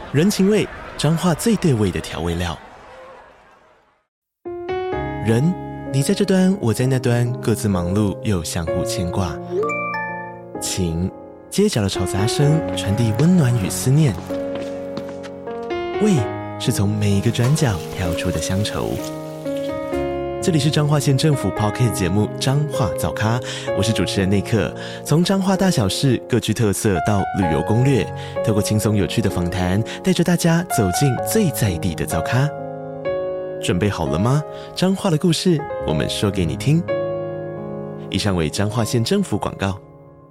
人情味，彰化最对味的调味料。人，你在这端，我在那端，各自忙碌又相互牵挂。情，街角的吵杂声传递温暖与思念。味，是从每一个转角跳出的乡愁。这里是彰化县政府 Podcast 节目《彰化早咖》，我是主持人内克。从彰化大小事各具特色到旅游攻略，透过轻松有趣的访谈，带着大家走进最在地的早咖。准备好了吗？彰化的故事，我们说给你听。以上为彰化县政府广告。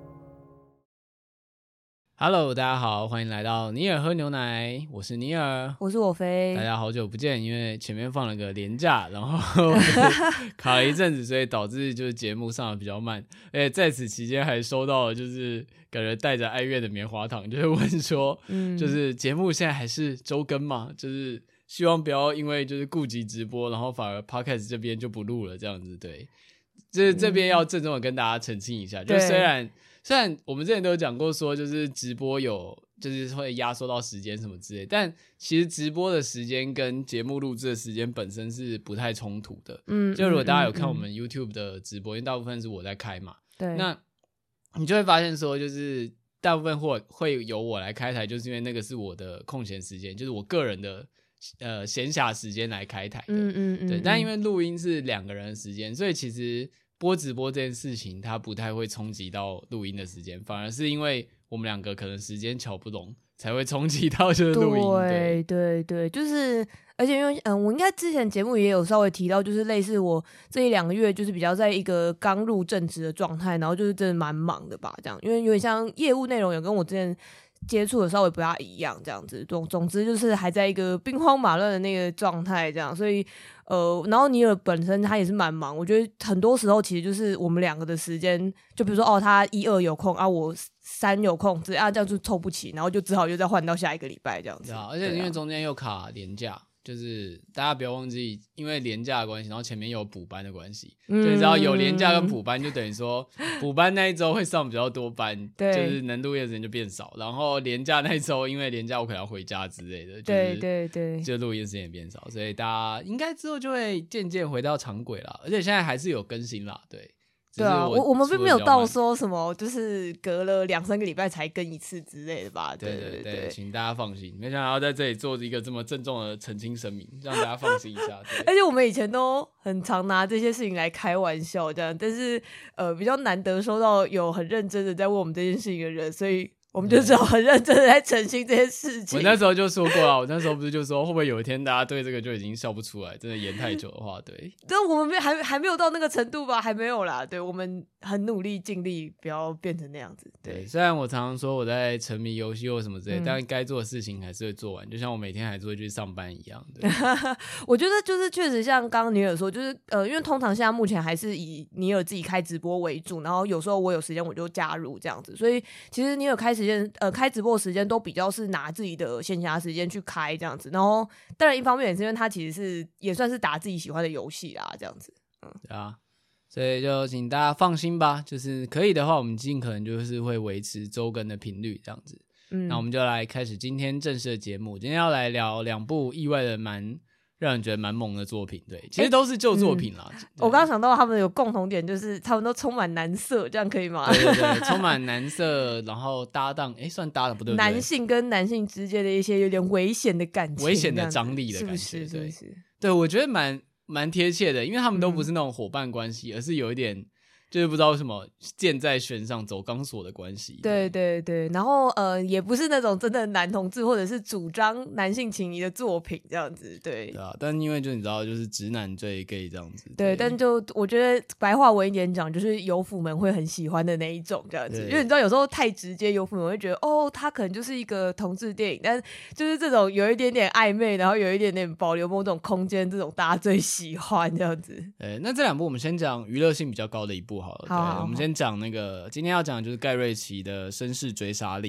Hello， 大家好，欢迎来到尼尔喝牛奶，我是尼尔， 我是我飞。 大家好久不见，因为前面放了个连假，然后卡了一阵子，所以导致就是节目上的比较慢。而且在此期间还收到了就是感觉带着哀怨的棉花糖，就是问说，就是节目现在还是周更嘛？就是希望不要因为就是顾及直播，然后反而 Podcast 这边就不录了这样子。对，就是这边要郑重的跟大家澄清一下，就虽然我们之前都有讲过说就是直播有就是会压缩到时间什么之类，但其实直播的时间跟节目录制的时间本身是不太冲突的。就如果大家有看我们 YouTube 的直播，因为大部分是我在开嘛，对，那你就会发现说就是大部分会由我来开台，就是因为那个是我的空闲时间，就是我个人的闲暇时间来开台的。对，但因为录音是两个人的时间，所以其实播直播这件事情它不太会冲击到录音的时间，反而是因为我们两个可能时间瞧不拢才会冲击到就是录音。 对对对，就是而且因为我应该之前节目也有稍微提到，就是类似我这一两个月就是比较在一个刚入正职的状态，然后就是真的蛮忙的吧，这样，因为有点像业务内容有跟我之前接触的稍微不大一样，这样子。总之就是还在一个兵荒马乱的那个状态，这样。所以然后尼尔本身他也是蛮忙，我觉得很多时候其实就是我们两个的时间，就比如说他1、2有空啊，我3有空，这样就凑不齐，然后就只好又再换到下一个礼拜这样子。 而且因为中间又卡连假。就是大家不要忘记，因为连假的关系，然后前面有补班的关系，就你知道有连假跟补班，就等于说补班那一周会上比较多班，就是能录音的时间就变少，然后连假那一周，因为连假我可能要回家之类的，对，就录音时间也变少，所以大家应该之后就会渐渐回到常轨啦，而且现在还是有更新啦，对。 对啊，我们并没有到说什么就是隔了2-3个礼拜才更一次之类的吧。 对，请大家放心，没想到在这里做一个这么郑重的澄清声明，让大家放心一下。 而且我们以前都很常拿这些事情来开玩笑这样，但是比较难得收到有很认真的在问我们这件事情的人，所以我们就只好很认真的在澄清这件事情。 我那时候就说过了，我那时候不是就说会不会有一天大家对这个就已经笑不出来，真的演太久的话，对。 但我们还没有到那个程度吧，还没有啦。对，我们很努力尽力不要变成那样子。 对，虽然我常常说我在沉迷游戏或什么之类，但该做的事情还是会做完，就像我每天还是会去上班一样。对我觉得就是确实像刚刚尼尔说，就是因为通常现在目前还是以尼尔自己开直播为主，然后有时候我有时间我就加入这样子，所以其实尼尔开直播时间都比较是拿自己的闲暇时间去开这样子，然后当然一方面也是因为他其实也算是打自己喜欢的游戏啦，这样子。 对啊，所以就请大家放心吧，就是可以的话，我们尽可能就是会维持周更的频率这样子。那我们就来开始今天正式的节目。今天要来聊2部意外的让人觉得蛮猛的作品，对，其实都是旧作品啦。 我刚刚想到他们有共同点，就是他们都充满男色，这样可以吗？ 对，充满男色，然后搭档，算搭档不对， 男性跟男性之间的一些有点危险的感情， 危险的张力的感觉， 是不是？ 对，我觉得蛮贴切的，因为他们都不是那种伙伴关系，而是有一点。就是不知道为什么箭在弦上走钢索的关系。 对，然后也不是那种真的男同志或者是主张男性情谊的作品这样子。对啊，但因为就你知道就是直男追 gay 这样子。 对，但就我觉得白话文一点讲，就是游府们会很喜欢的那一种这样子。因为你知道有时候太直接，游府们会觉得他可能就是一个同志电影，但就是这种有一点点暧昧，然后有一点点保留某种空间，这种大家最喜欢这样子。 那这2部我们先讲娱乐性比较高的一部好了。好，我们先讲那个今天要讲的就是盖瑞奇的《绅士追杀令》。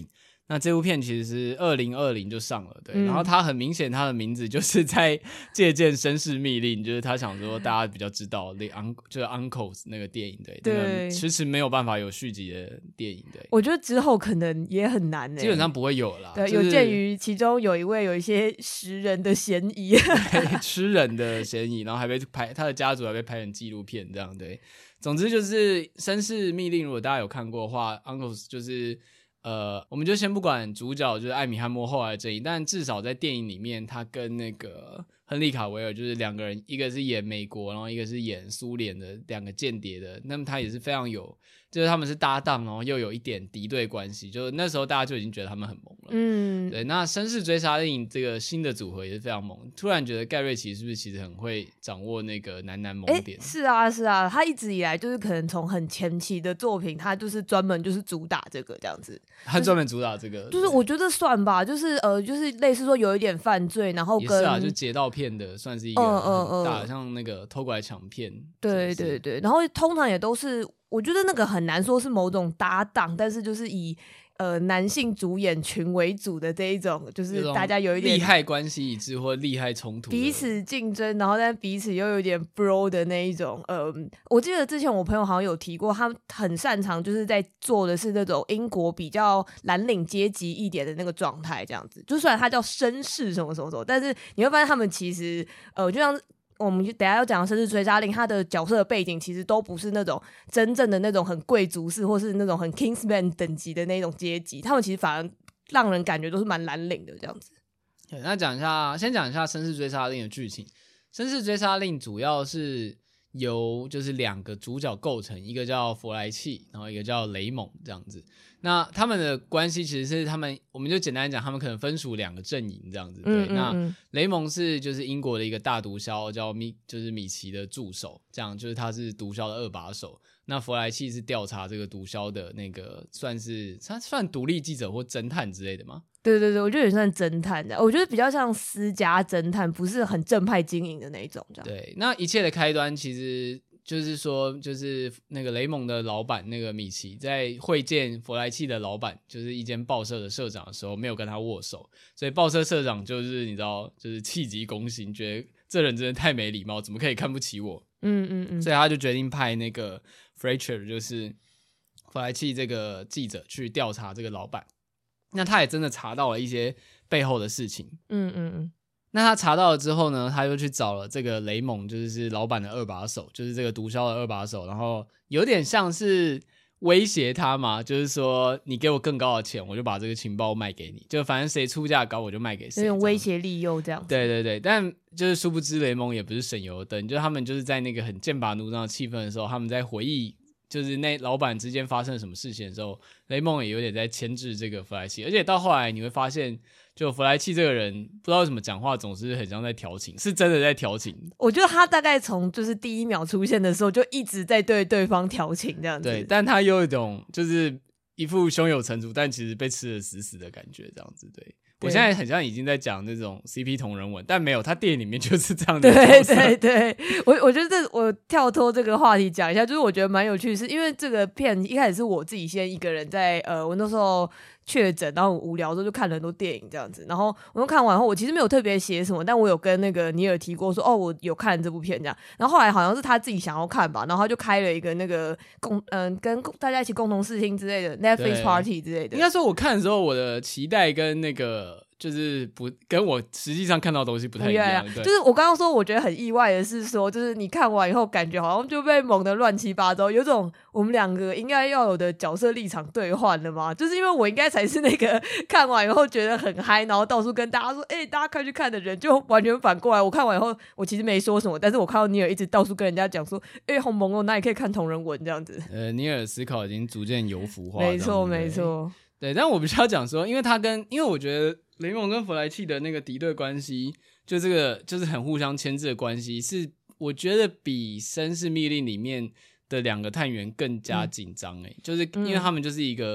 那这部片其实是2020就上了，对，然后他很明显他的名字就是在借鉴《绅士密令》，就是他想说大家比较知道就是 Uncles 那个电影，对，那个迟迟没有办法有续集的电影，对， 我觉得之后可能也很难基本上不会有啦， 对，有鉴于其中有一些食人的嫌疑， 对，吃人的嫌疑，然后还被他的家族还被拍成纪录片这样，对，总之就是《绅士密令》，如果大家有看过的话 ，Uncles 就是我们就先不管主角就是艾米汉默后来的阵营，但至少在电影里面，他跟那个亨利卡维尔就是两个人，一个是演美国，然后一个是演苏联的两个间谍的，那么他也是非常有，就是他们是搭档，然后又有一点敌对关系，就是那时候大家就已经觉得他们很萌了。对，那绅士追杀令这个新的组合也是非常萌，突然觉得盖瑞奇是不是其实很会掌握那个男萌点？ 是啊，他一直以来就是可能从很前期的作品，他就是专门就是主打这个这样子。 他专门主打这个， 就是我觉得算吧，就是就是类似说有一点犯罪，然后跟也是啊，就劫盗片的算是一个很大的，像那个偷拐抢骗， 对对对，然后通常也都是，我觉得那个很难说是某种搭档，但是就是以男性主演群为主的这一种，就是大家有一点利害关系一致或利害冲突， 彼此竞争，然后但彼此又有点 bro 的那一种。我记得之前我朋友好像有提过，他很擅长就是在做的是那种英国比较蓝领阶级一点的那个状态，这样子。就虽然他叫绅士什么什么什么，但是你会发现他们其实就像我们等一下要讲的《绅士追杀令》，他的角色的背景其实都不是那种真正的那种很贵族式，或是那种很 Kingsman 等级的那种阶级，他们其实反而让人感觉都是蛮蓝领的这样子。 那先讲一下《绅士追杀令》的剧情。《绅士追杀令》主要是由就是两个主角构成，一个叫弗莱契，然后一个叫雷蒙这样子。那他们的关系其实是我们就简单讲，他们可能分属两个阵营这样子。对，那雷蒙是就是英国的一个大毒枭，叫就是米奇的助手，这样就是他是毒枭的二把手。那弗莱契是调查这个毒枭的那个他算独立记者或侦探之类的吗？ 对对对，我觉得也算侦探的，我觉得比较像私家侦探，不是很正派经营的那一种这样。 对，那一切的开端其实就是说，就是那个雷蒙的老板那个米奇在会见弗莱契的老板，就是一间报社的社长的时候，没有跟他握手，所以报社社长就是你知道，就是气急攻心，觉得这人真的太没礼貌，怎么可以看不起我？所以他就决定派那个 Fletcher， 就是弗莱契这个记者去调查这个老板。那他也真的查到了一些背后的事情。那他查到了之后呢，他又去找了这个雷蒙，就是老板的二把手，就是这个毒枭的二把手，然后有点像是威胁他嘛，就是说你给我更高的钱，我就把这个情报卖给你，就反正谁出价高我就卖给谁， 有点威胁利诱这样子。 对对对，但就是殊不知雷蒙也不是省油的灯，就他们就是在那个很剑拔弩张的气氛的时候，他们在回忆就是那老板之间发生了什么事情的时候，雷蒙也有点在牵制这个弗莱契，而且到后来你会发现，就弗莱契这个人不知道为什么讲话总是很像在调情，是真的在调情。 我觉得他大概从就是第一秒出现的时候就一直在对对方调情这样子。 对，但他有一种就是一副胸有成竹，但其实被吃得死死的感觉，这样子。对。我现在很像已经在讲那种 CP 同人文，但没有，他电影里面就是这样的角色。 对对对，我觉得我跳脱这个话题讲一下，就是我觉得蛮有趣的是，因为这个片一开始是我自己先一个人在我那时候确诊，然后很无聊的时候就看了很多电影这样子，然后我看完后，我其实没有特别写什么，但我有跟那个尼尔提过说，我有看这部片这样，然后后来好像是他自己想要看吧，然后他就开了一个那个跟大家一起共同视听之类的 Netflix Party 之类的。 应该说我看的时候，我的期待跟那个就是不跟我实际上看到的东西不太一样。对， 就是我刚刚说我觉得很意外的是说，就是你看完以后感觉好像就被萌得乱七八糟，有种我们两个应该要有的角色立场兑换了吗？就是因为我应该才是那个看完以后觉得很嗨，然后到处跟大家说大家快去看的人，就完全反过来，我看完以后我其实没说什么，但是我看到尼尔一直到处跟人家讲说好萌哦，那也可以看同人文这样子。 尼尔思考已经逐渐油腐化。 没错没错。 对，但我必须要讲说，因为我觉得雷蒙跟弗莱契的那个敌对关系，就这个就是很互相牵制的关系，是我觉得比绅士密令里面的两个探员更加紧张就是因为他们就是一个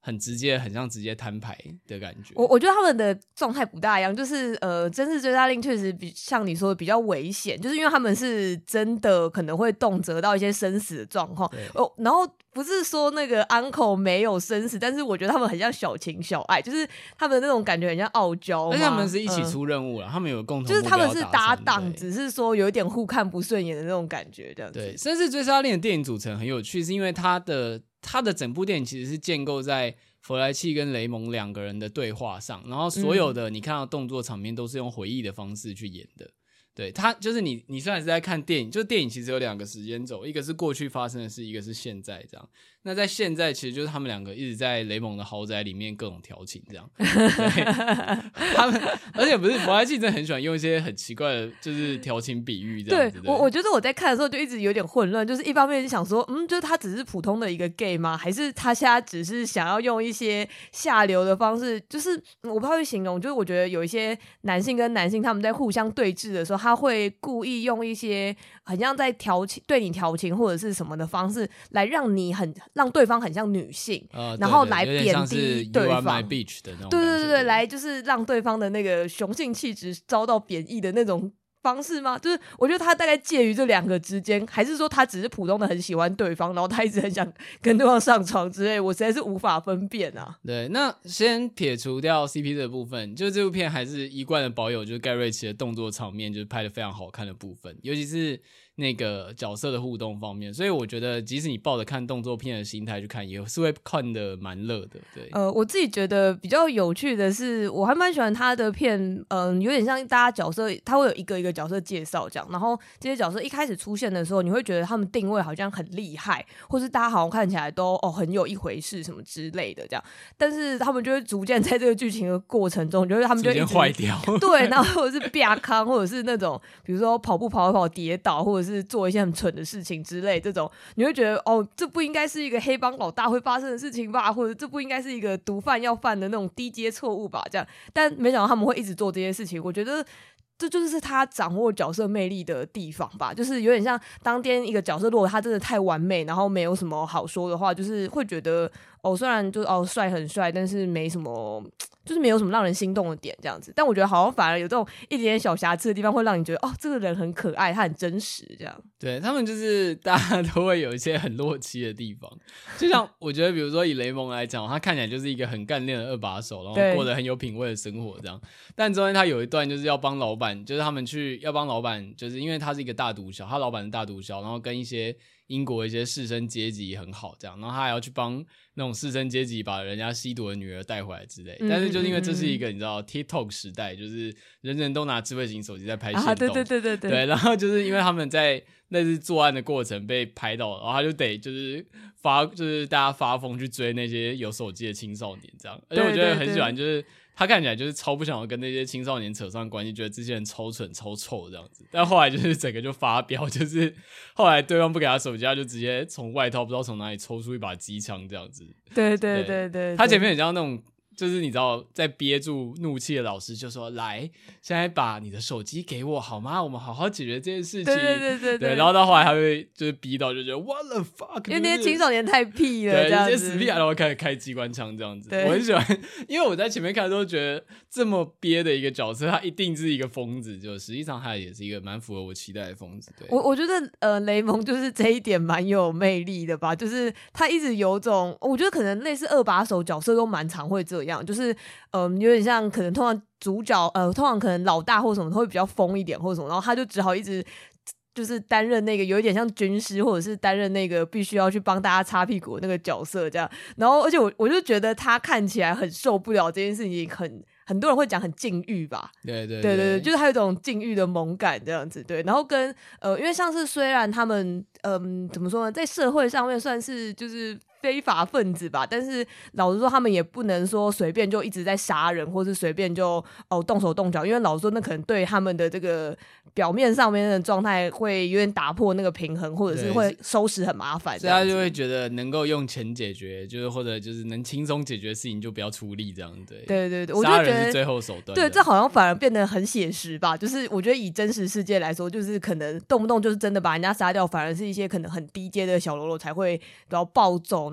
很直接，很像直接摊牌的感觉。 我觉得他们的状态不大一样，就是真实追杀令确实像你说的比较危险，就是因为他们是真的可能会动辄到一些生死的状况。然后不是说那个 uncle 没有生死，但是我觉得他们很像小情小爱，就是他们的那种感觉很像傲娇， 而且他们是一起出任务了，他们有共同目标， 就是他们是搭档，只是说有一点互看不顺眼的那种感觉，这样子。 对，绅士追杀令的电影组成很有趣，是因为他的整部电影其实是建构在弗莱契跟雷蒙两个人的对话上，然后所有的你看到动作场面都是用回忆的方式去演的。对，他就是你虽然是在看电影，就是电影其实有2个时间轴，一个是过去发生的事，一个是现在这样。那在现在其实就是他们2个一直在雷蒙的豪宅里面各种调情这样。对，他们而且不是弗莱契真的很喜欢用一些很奇怪的就是调情比喻这样子。 对，我觉得我在看的时候就一直有点混乱，就是一方面想说就是他只是普通的一个 gay 吗？还是他现在只是想要用一些下流的方式，就是我不知道会形容，就是我觉得有一些男性跟男性他们在互相对峙的时候，他会故意用一些很像在对你调情或者是什么的方式来让对方很像女性，然后来贬低对方， You are my bitch 的那种感觉。 对，来就是让对方的那个雄性气质遭到贬义的那种方式吗？就是我觉得他大概介于这2个之间，还是说他只是普通的很喜欢对方，然后他一直很想跟对方上床之类，我实在是无法分辨啊。 对，那先撇除掉 CP 这部分，就是这部片还是一贯的保有就是盖瑞奇的动作场面就是拍得非常好看的部分，尤其是那个角色的互动方面，所以我觉得即使你抱着看动作片的心态去看，也是会看得蛮乐的。对， 我自己觉得比较有趣的是，我还蛮喜欢他的片，有点像大家角色，他会有一个一个角色介绍这样，然后这些角色一开始出现的时候，你会觉得他们定位好像很厉害，或是大家好像看起来都很有一回事什么之类的这样，但是他们就会逐渐在这个剧情的过程中，就是他们就一直逐渐坏掉， 对，然后或者是啪康，或者是那种比如说跑一跑跌倒，或者是做一些很蠢的事情之类，这种你会觉得这不应该是一个黑帮老大会发生的事情吧，或者这不应该是一个毒贩要犯的那种低阶错误吧，这样，但没想到他们会一直做这些事情，我觉得这就是他掌握角色魅力的地方吧，就是有点像当天一个角色如果他真的太完美，然后没有什么好说的话，就是会觉得虽然就帅很帅，但是没什么，就是没有什么让人心动的点这样子。但我觉得好像反而有这种一点点小瑕疵的地方，会让你觉得这个人很可爱，他很真实这样。 对，他们就是大家都会有一些很弱鸡的地方，就像我觉得比如说以雷蒙来讲，他看起来就是一个很干练的2把手，然后过得很有品味的生活这样，但中间他有一段就是要帮老板，就是他们要帮老板，就是因为他是一个大毒枭，他老板是大毒枭，然后跟一些英国一些士绅阶级很好这样，然后他还要去帮那种士绅阶级把人家吸毒的女儿带回来之类，但是就是因为这是一个你知道 TikTok 时代，就是人人都拿智慧型手机在拍限动，对，然后就是因为他们在类似作案的过程被拍到，然后他就得就是大家发疯去追那些有手机的青少年这样，而且我觉得很喜欢就是他看起来就是超不想要跟那些青少年扯上关系，觉得这些人超蠢超臭这样子，但后来就是整个就发飙，就是后来对方不给他手机，他就直接从外套不知道从哪里抽出一把机枪这样子。对，他前面很像那种就是你知道在憋住怒气的老师就说来现在把你的手机给我好吗，我们好好解决这件事情。对，然后到后来他会就是逼到就觉得 what the fuck， 因为那些青少年太屁了， 对，这样子死屁孩，然后开始开机关枪这样子。我很喜欢，因为我在前面看的时候觉得这么憋的一个角色他一定是一个疯子，就实际上他也是一个蛮符合我期待的疯子。对， 我觉得雷蒙就是这一点蛮有魅力的吧，就是他一直有种我觉得可能类似2把手角色都蛮常会这样，就是有点像可能通常主角通常可能老大或什么会比较疯一点或什么，然后他就只好一直就是担任那个有一点像军师，或者是担任那个必须要去帮大家擦屁股的那个角色这样，然后而且我就觉得他看起来很受不了这件事情，很多人会讲很禁欲吧，对，就是还有一种禁欲的萌感这样子，对，然后跟因为像是虽然他们怎么说呢，在社会上面算是就是非法分子吧，但是老实说他们也不能说随便就一直在杀人，或是随便就动手动脚，因为老实说那可能对他们的这个表面上面的状态会有点打破那个平衡，或者是会收拾很麻烦， 所以他就会觉得能够用钱解决，就是或者就是能轻松解决的事情就不要出力这样。对，我就觉得杀人是最后手段。 对，这好像反而变得很写实吧，就是我觉得以真实世界来说，就是可能动不动就是真的把人家杀掉，反而是一些可能很低阶的小喽啰才会比较暴走，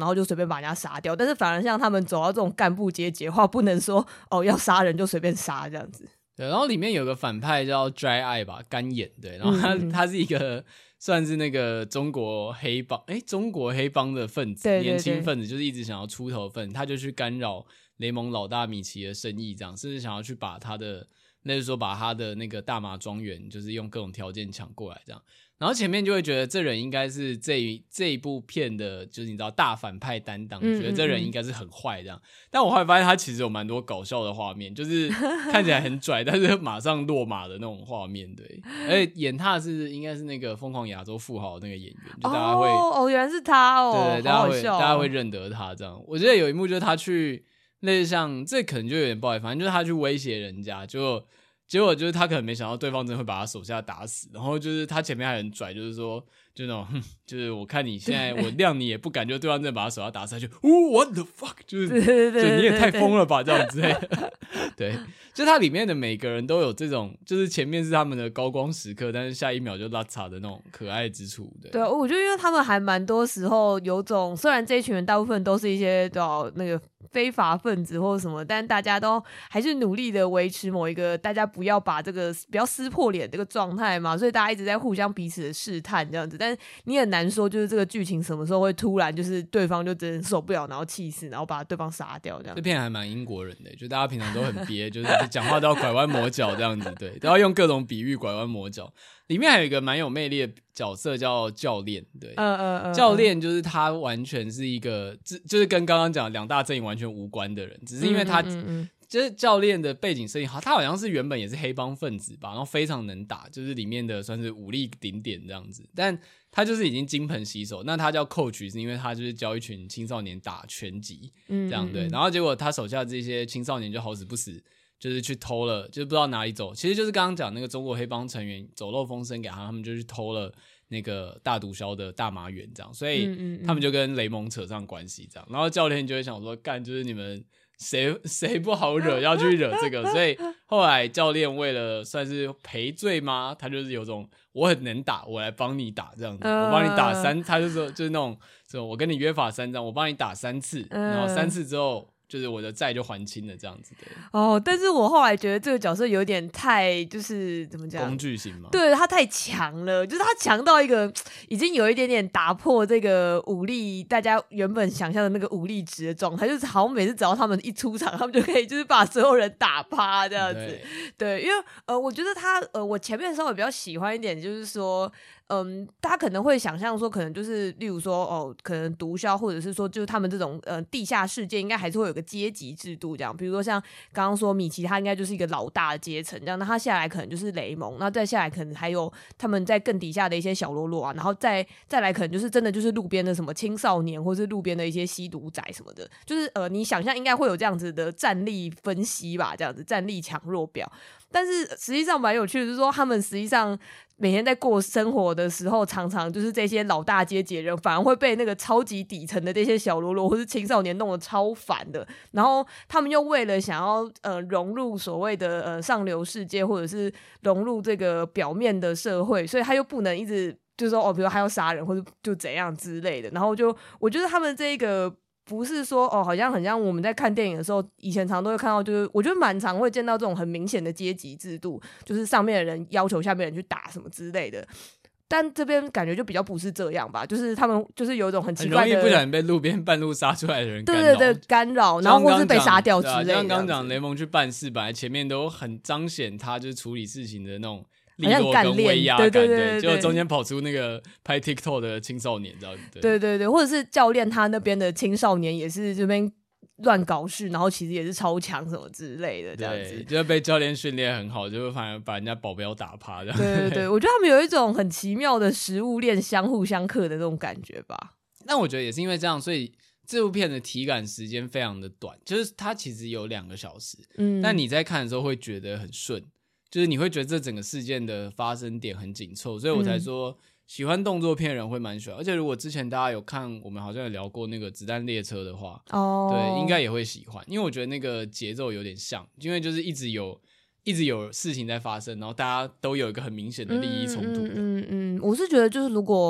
然后就随便把人家杀掉。但是反而像他们走到这种干部阶级的话，不能说要杀人就随便杀这样子。 对，然后里面有个反派叫 Dry Eye 吧，干眼，对，然后他是一个算是那个中国黑帮的分子， 对， 年轻分子，就是一直想要出头分子，他就去干扰雷蒙老大米奇的生意，这样，甚至想要去把他的那个大麻庄园，就是用各种条件抢过来，这样。然后前面就会觉得这人应该是这一部片的，就是你知道大反派担当，觉得这人应该是很坏这样。但我后来发现他其实有蛮多搞笑的画面，就是看起来很拽，但是马上落马的那种画面，对。而且演他应该是那个《疯狂亚洲富豪》那个演员，就大家会原来是他对， 好好笑大家会认得他这样。我记得有一幕就是他去类似像这可能就有点不好意思，反正就是他去威胁人家，结果就是他可能没想到对方真的会把他手下打死，然后就是他前面还很拽，就是说就那种就是我看你现在我谅你也不敢，就对方真的把他手下打死，他就what the fuck， 就是就你也太疯了吧这样之类的。对，就他里面的每个人都有这种，就是前面是他们的高光时刻，但是下一秒就拉碴的那种可爱之处。 对，我觉得因为他们还蛮多时候有种，虽然这一群人大部分都是一些那个非法分子或者什么，但大家都还是努力的维持某一个大家不要撕破脸这个状态嘛，所以大家一直在互相彼此的试探这样子。但你很难说就是这个剧情什么时候会突然就是对方就真的受不了，然后气死，然后把对方杀掉这样。 这片还蛮英国人的，就大家平常都很憋，就是讲话都要拐弯抹角这样子，对，都要用各种比喻拐弯抹角。里面还有一个蛮有魅力的角色叫教练，对，教练就是他完全是一个就是跟刚刚讲的两大阵营完全无关的人，只是因为他就是教练的背景设定好，他好像是原本也是黑帮分子吧，然后非常能打，就是里面的算是武力顶点这样子，但他就是已经金盆洗手。那他叫 coach 是因为他就是教一群青少年打拳击这样，对，然后结果他手下这些青少年就好死不死就是去偷了，就是不知道哪里走，其实就是刚刚讲那个中国黑帮成员走漏风声给他们就去偷了那个大毒枭的大麻园这样，所以他们就跟雷蒙扯上关系这样，然后教练就会想说干就是你们谁不好惹要去惹这个，所以后来教练为了算是赔罪吗，他就是有种我很能打我来帮你打这样子，我帮你打他就说就是那种我跟你约法三章，我帮你打3次，然后3次之后就是我的债就还清了这样子的。 但是我后来觉得这个角色有点太就是怎么讲工具型嘛， 对，他太强了，就是他强到一个已经有一点点打破这个武力大家原本想象的那个武力值的状态，就是好像每次只要他们一出场，他们就可以就是把所有人打趴这样子。对，因为我觉得他我前面稍微比较喜欢一点，就是说大家可能会想象说，可能就是例如说可能毒枭或者是说就是他们这种地下世界应该还是会有个阶级制度这样，比如说像刚刚说米奇他应该就是一个老大的阶层这样，那他下来可能就是雷蒙，那再下来可能还有他们在更底下的一些小喽啰啊，然后再来可能就是真的就是路边的什么青少年或是路边的一些吸毒仔什么的，就是你想象应该会有这样子的战力分析吧，这样子战力强弱表。但是实际上蛮有趣的，就是说他们实际上每天在过生活的时候，常常就是这些老大阶级的人反而会被那个超级底层的这些小喽啰或是青少年弄得超烦的，然后他们又为了想要融入所谓的上流世界或者是融入这个表面的社会，所以他又不能一直就是说比如还要杀人或者就怎样之类的，然后就我觉得他们这个不是说好像很像我们在看电影的时候，以前常都会看到，就是我觉得蛮常会见到这种很明显的阶级制度，就是上面的人要求下面的人去打什么之类的。但这边感觉就比较不是这样吧，就是他们就是有一种很奇怪的， 很容易不小心被路边半路杀出来的人干扰， 对干扰，然后或是被杀掉之类的。 像刚刚讲雷蒙去办事，本来前面都很彰显他就是处理事情的那种利落跟威压感，对，结果中间跑出那个拍 TikTok 的青少年，这样子， 对，或者是教练他那边的青少年也是这边乱搞事，然后其实也是超强什么之类的，这样子， 就被教练训练很好，就反而把人家保镖打趴这样。 对，我觉得他们有一种很奇妙的食物链相互相克的那种感觉吧。 但我觉得也是因为这样，所以这部片的体感时间非常的短，就是它其实有2个小时，但你在看的时候会觉得很顺。就是你会觉得这整个事件的发生点很紧凑，所以我才说喜欢动作片的人会蛮喜欢。而且如果之前大家有看我们好像有聊过那个子弹列车的话，对，应该也会喜欢，因为我觉得那个节奏有点像，因为就是一直有事情在发生，然后大家都有一个很明显的利益冲突。 我是觉得就是如果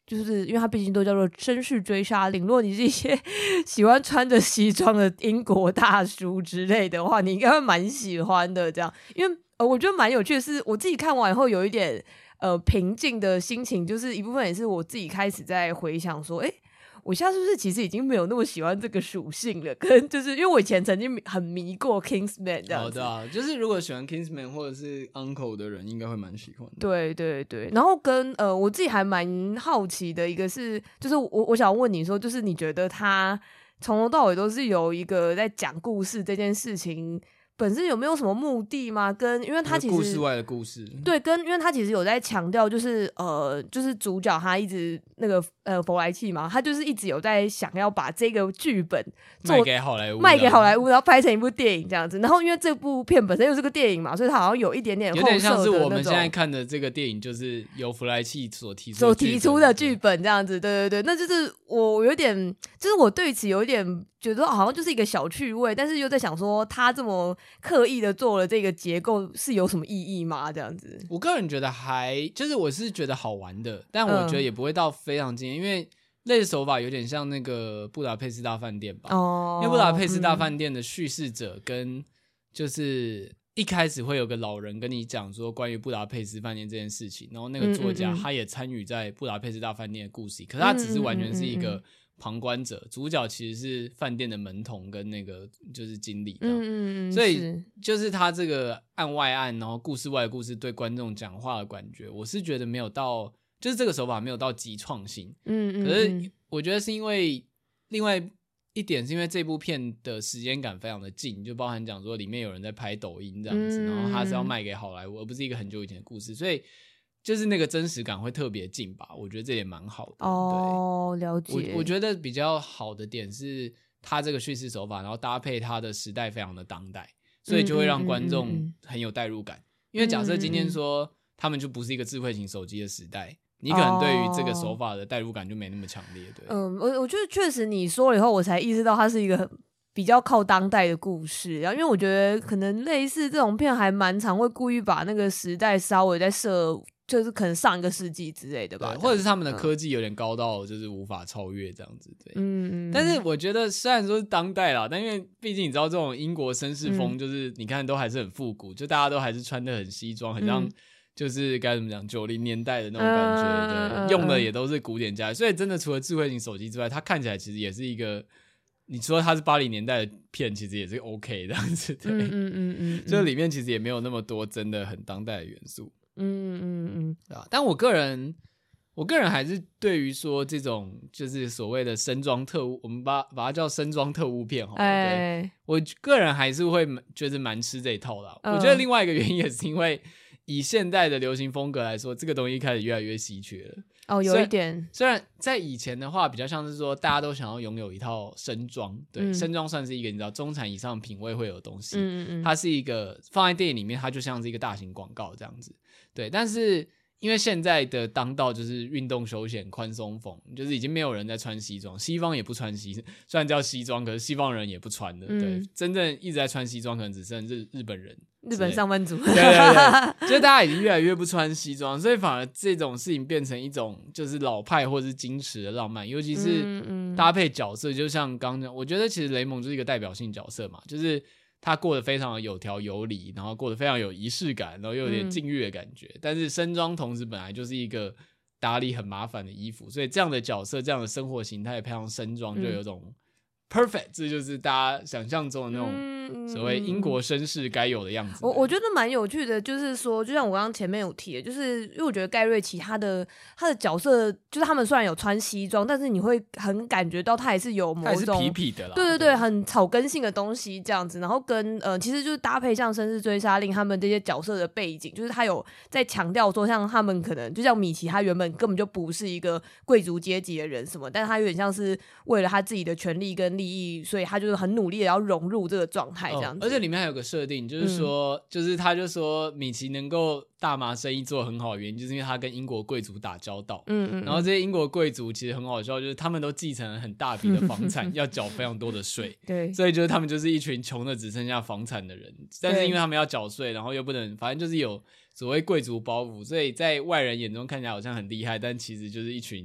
就是因为它毕竟都叫做绅士追杀令，如果你是一些喜欢穿着西装的英国大叔之类的话，你应该会蛮喜欢的。这样，因为我觉得蛮有趣的是，我自己看完以后有一点平静的心情，就是一部分也是我自己开始在回想说，我现在是不是其实已经没有那么喜欢这个属性了？跟就是因为我以前曾经很迷过 Kingsman 这样子， 就是如果喜欢 Kingsman 或者是 Uncle 的人，应该会蛮喜欢的。 对对对，然后跟我自己还蛮好奇的一个是，就是我想问你说，就是你觉得他从头到尾都是有一个在讲故事这件事情本身有没有什么目的吗？跟因为他其实故事外的故事， 对，跟因为他其实有在强调，就是就是主角他一直那个弗莱契嘛，他就是一直有在想要把这个剧本卖给好莱坞， 然后拍成一部电影这样子。然后因为这部片本身又是个电影嘛，所以他好像有一点点有点像是我们现在看的这个电影，就是由弗莱契所提出的剧本这样子。对对对，那就是我有点，就是我对此有一点觉得好像就是一个小趣味，但是又在想说他这么刻意的做了这个结构是有什么意义吗？这样子， 我个人觉得就是我是觉得好玩的，但我觉得也不会到非常惊艳，因为类似手法有点像那个布达佩斯大饭店吧。因为布达佩斯大饭店的叙事者跟就是一开始会有个老人跟你讲说关于布达佩斯饭店这件事情，然后那个作家他也参与在布达佩斯大饭店的故事，可是他只是完全是一个旁观者，主角其实是饭店的门童跟那个就是经理，所以就是他这个案外案，然后故事外的故事对观众讲话的感觉，我是觉得没有到，就是这个手法没有到极创新，可是我觉得是因为另外一点是因为这部片的时间感非常的近，就包含讲说里面有人在拍抖音这样子，然后他是要卖给好莱坞，而不是一个很久以前的故事，所以就是那个真实感会特别近吧，我觉得这也蛮好的。 哦，了解。 我觉得比较好的点是他这个叙事手法，然后搭配他的时代非常的当代，所以就会让观众很有代入感。因为假设今天说他们就不是一个智慧型手机的时代，你可能对于这个手法的代入感就没那么强烈。对， 我觉得确实你说了以后，我才意识到它是一个比较靠当代的故事，然后因为我觉得可能类似这种片还蛮常会故意把那个时代稍微在就是可能上一个世纪之类的吧， 或者是他们的科技有点高到就是无法超越这样子。对，但是我觉得虽然说是当代啦，但因为毕竟你知道这种英国绅士风，就是你看都还是很复古，就大家都还是穿得很西装，很像就是该怎么讲90年代的那种感觉，对，用的也都是古典家具，所以真的除了智慧型手机之外，它看起来其实也是一个，你说它是80年代的片，其实也是 OK 这样子，对，就里面其实也没有那么多真的很当代的元素。但我个人还是对于说这种就是所谓的深装特务，我们把它叫深装特务片好了，对，我个人还是会觉得蛮吃这一套的。我觉得另外一个原因也是因为以现代的流行风格来说，这个东西开始越来越稀缺了。 有一点， 虽然在以前的话比较像是说大家都想要拥有一套深装，对，深装算是一个你知道中产以上品味会有的东西，它是一个放在电影里面它就像是一个大型广告这样子，对，但是因为现在的当道就是运动休闲宽松风，就是已经没有人在穿西装，西方也不穿虽然叫西装，可是西方人也不穿的，对，真正一直在穿西装可能只剩日本人， 日本上班族， 对对对，就大家已经越来越不穿西装，所以反而这种事情变成一种就是老派或是矜持的浪漫，尤其是搭配角色，就像刚刚我觉得其实雷蒙就是一个代表性角色嘛，就是他过得非常的有条有理，然后过得非常有仪式感，然后又有点禁欲的感觉，但是身装同时本来就是一个打理很麻烦的衣服，所以这样的角色这样的生活形态配上身装就有种perfect， 这就是大家想象中的那种所谓英国绅士该有的样子。 我觉得蛮有趣的，就是说，就像我刚刚前面有提的，就是因为我觉得盖瑞奇他的角色，就是他们虽然有穿西装，但是你会很感觉到他也是有某种他也是痞痞的啦， 对对对，很草根性的东西这样子。然后跟其实就是搭配像《绅士追杀令》他们这些角色的背景，就是他有在强调说，像他们可能就像米奇，他原本根本就不是一个贵族阶级的人什么，但是他有点像是为了他自己的权利跟利益，所以他就是很努力的要融入这个状态这样子。 而且里面还有个设定，就是说，就是他就说米奇能够大麻生意做得很好的原因，就是因为他跟英国贵族打交道。然后这些英国贵族其实很好笑，就是他们都继承了很大笔的房产，要缴非常多的税。 对， 所以就是他们就是一群穷的只剩下房产的人，但是因为他们要缴税，然后又不能，反正就是有所谓贵族包袱，所以在外人眼中看起来好像很厉害，但其实就是一群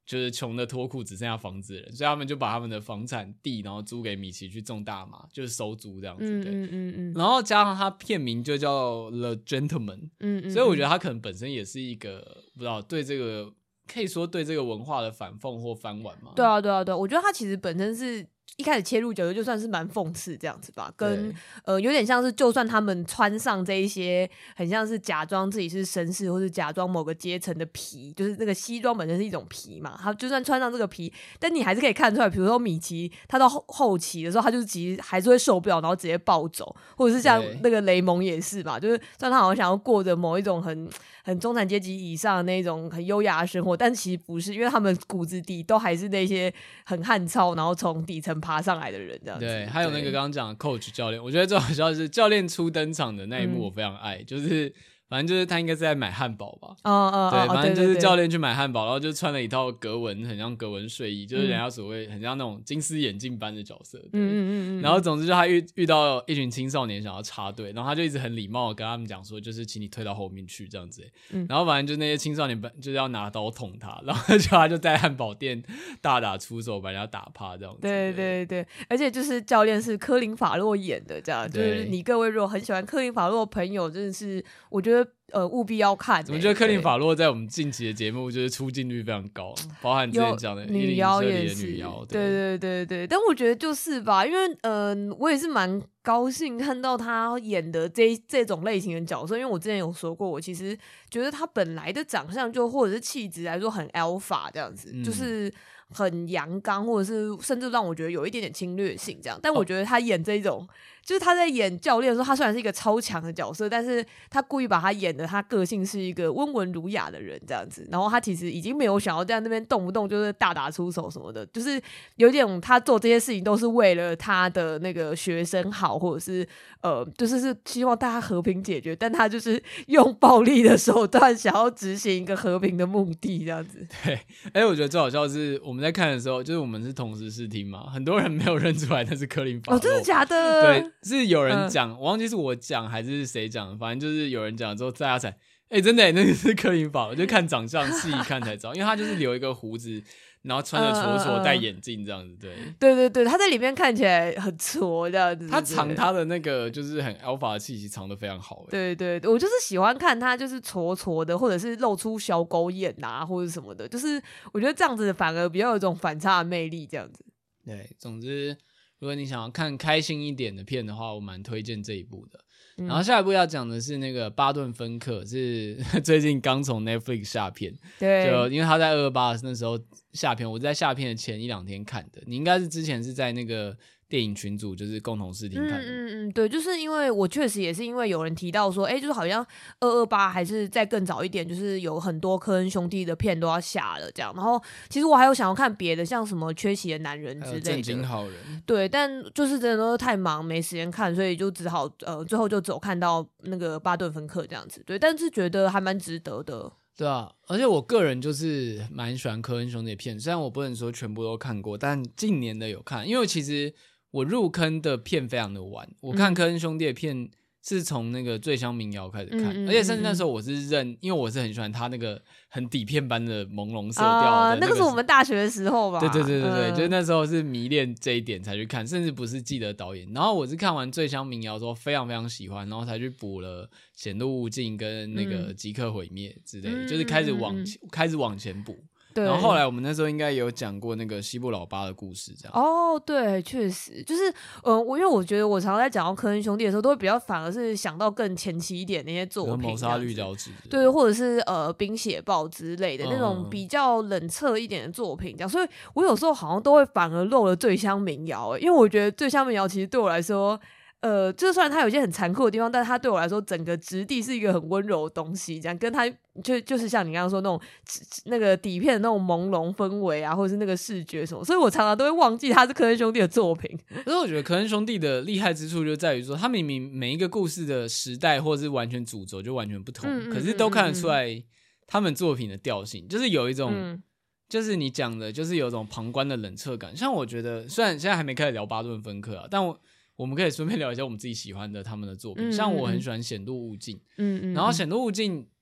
就是穷的脱裤只剩下房子的人，所以他们就把他们的房产地然后租给米奇去种大麻，就是收租这样子。对，然后加上他片名就叫 The Gentleman，所以我觉得他可能本身也是一个不知道对这个可以说对这个文化的反讽或翻玩嘛。 对啊，我觉得他其实本身是一开始切入角度就算是蛮讽刺这样子吧，跟有点像是就算他们穿上这一些很像是假装自己是绅士或是假装某个阶层的皮，就是那个西装本身是一种皮嘛，他就算穿上这个皮，但你还是可以看出来，比如说米奇他到后期的时候，他就是其实还是会受不了，然后直接暴走，或者是像那个雷蒙也是嘛，就是虽然他好像想要过着某一种很中产阶级以上的那种很优雅的生活，但其实不是，因为他们骨子底都还是那些很汉操，然后从底层爬上来的人这样子。 对，还有那个刚刚讲的 coach 教练，我觉得最好笑的是教练初登场的那一幕，我非常爱，就是反正就是他应该是在买汉堡吧，对，反正就是教练去买汉堡，然后就穿了一套格纹，很像格纹睡衣，就是人家所谓很像那种金丝眼镜般的角色。然后总之就他遇到一群青少年想要插队，然后他就一直很礼貌的跟他们讲说，就是请你退到后面去这样子。然后反正就那些青少年就是要拿刀捅他，然后他就在汉堡店大打出手，把人家打趴这样子。 对，而且就是教练是科林法洛演的，这样就是你各位如果很喜欢科林法洛的朋友，真的是我觉得务必要看。 我觉得科林法洛在我们近期的节目就是出镜率非常高，包含之前讲的女妖也是女妖。 对，但我觉得就是吧，因为我也是蛮高兴看到他演的这种类型的角色，因为我之前有说过，我其实觉得他本来的长相就或者是气质来说很 alpha 这样子，就是很阳刚，或者是甚至让我觉得有一点点侵略性这样。但我觉得他演这种就是他在演教练的时候，他虽然是一个超强的角色，但是他故意把他演的他个性是一个温文儒雅的人这样子，然后他其实已经没有想要在那边动不动就是大打出手什么的，就是有点他做这些事情都是为了他的那个学生好，或者是就是希望大家和平解决，但他就是用暴力的手段想要执行一个和平的目的这样子。 对，我觉得最好笑的是我们在看的时候，就是我们是同时视听嘛，很多人没有认出来那是科林法洛。 真的假的？ 对，是有人讲，我忘记是我讲还是谁讲，反正就是有人讲之后大家才真的那个是科林法洛，就看长相细一看才知道，因为他就是留一个胡子，然后穿着挫挫戴眼镜这样子。 对，他在里面看起来很挫这样子， 他藏他的那个就是很 alpha 的气息藏得非常好。 对，我就是喜欢看他就是挫挫的，或者是露出小狗眼啊或者什么的，就是我觉得这样子反而比较有一种反差的魅力这样子。 对，总之如果你想要看开心一点的片的话，我蛮推荐这一部的。然后下一部要讲的是那个巴顿芬克，是最近刚从 Netflix 下片。 对， 就因为他在228那时候下片，我在下片的前1-2天看的。你应该是之前是在那个电影群组就是共同视听看的。 对，就是因为我确实也是因为有人提到说，就是好像228还是再更早一点，就是有很多科恩兄弟的片都要下了这样。然后其实我还有想要看别的，像什么缺席的男人之类的， 正经好人。对， 但就是真的都太忙没时间看，所以就只好最后就只有看到那个巴顿芬克这样子。对，但是觉得还蛮值得的。 对啊，而且我个人就是蛮喜欢科恩兄弟的片，虽然我不能说全部都看过，但近年的有看，因为其实我入坑的片非常的晚，我看科恩兄弟的片是从那个醉乡民谣开始看，而且甚至那时候我是因为我是很喜欢他那个很底片般的朦胧色调的、 那个是我们大学的时候吧。 对，就是那时候是迷恋这一点才去看，甚至不是记得导演。然后我是看完醉乡民谣之后非常非常喜欢，然后才去补了显露无尽跟那个即刻毁灭之类的，就是开始往前补。然后后来我们那时候应该也有讲过那个西部老八的故事，这样。 对，确实就是因为我觉得我常常在讲到科恩兄弟的时候，都会比较反而是想到更前期一点那些作品， 谋杀绿胶质， 对，或者是冰血暴之类的那种比较冷彻一点的作品，这样。所以我有时候好像都会反而漏了醉乡民谣，因为我觉得醉乡民谣其实对我来说。就算它有一些很残酷的地方，但是它对我来说整个质地是一个很温柔的东西，这样跟它就是像你刚刚说那个底片的那种朦胧氛围啊，或者是那个视觉什么，所以我常常都会忘记它是科恩兄弟的作品。 可是我觉得科恩兄弟的厉害之处就在于说，他明明每一个故事的时代或者是完全主轴就完全不同，可是都看得出来他们作品的调性，就是有一种。就是你讲的，就是有一种旁观的冷彻感。像我觉得，虽然现在还没开始聊巴顿芬克啊，但我们可以顺便聊一下我们自己喜欢的他们的作品。像我很喜欢显露无尽，然后显露无尽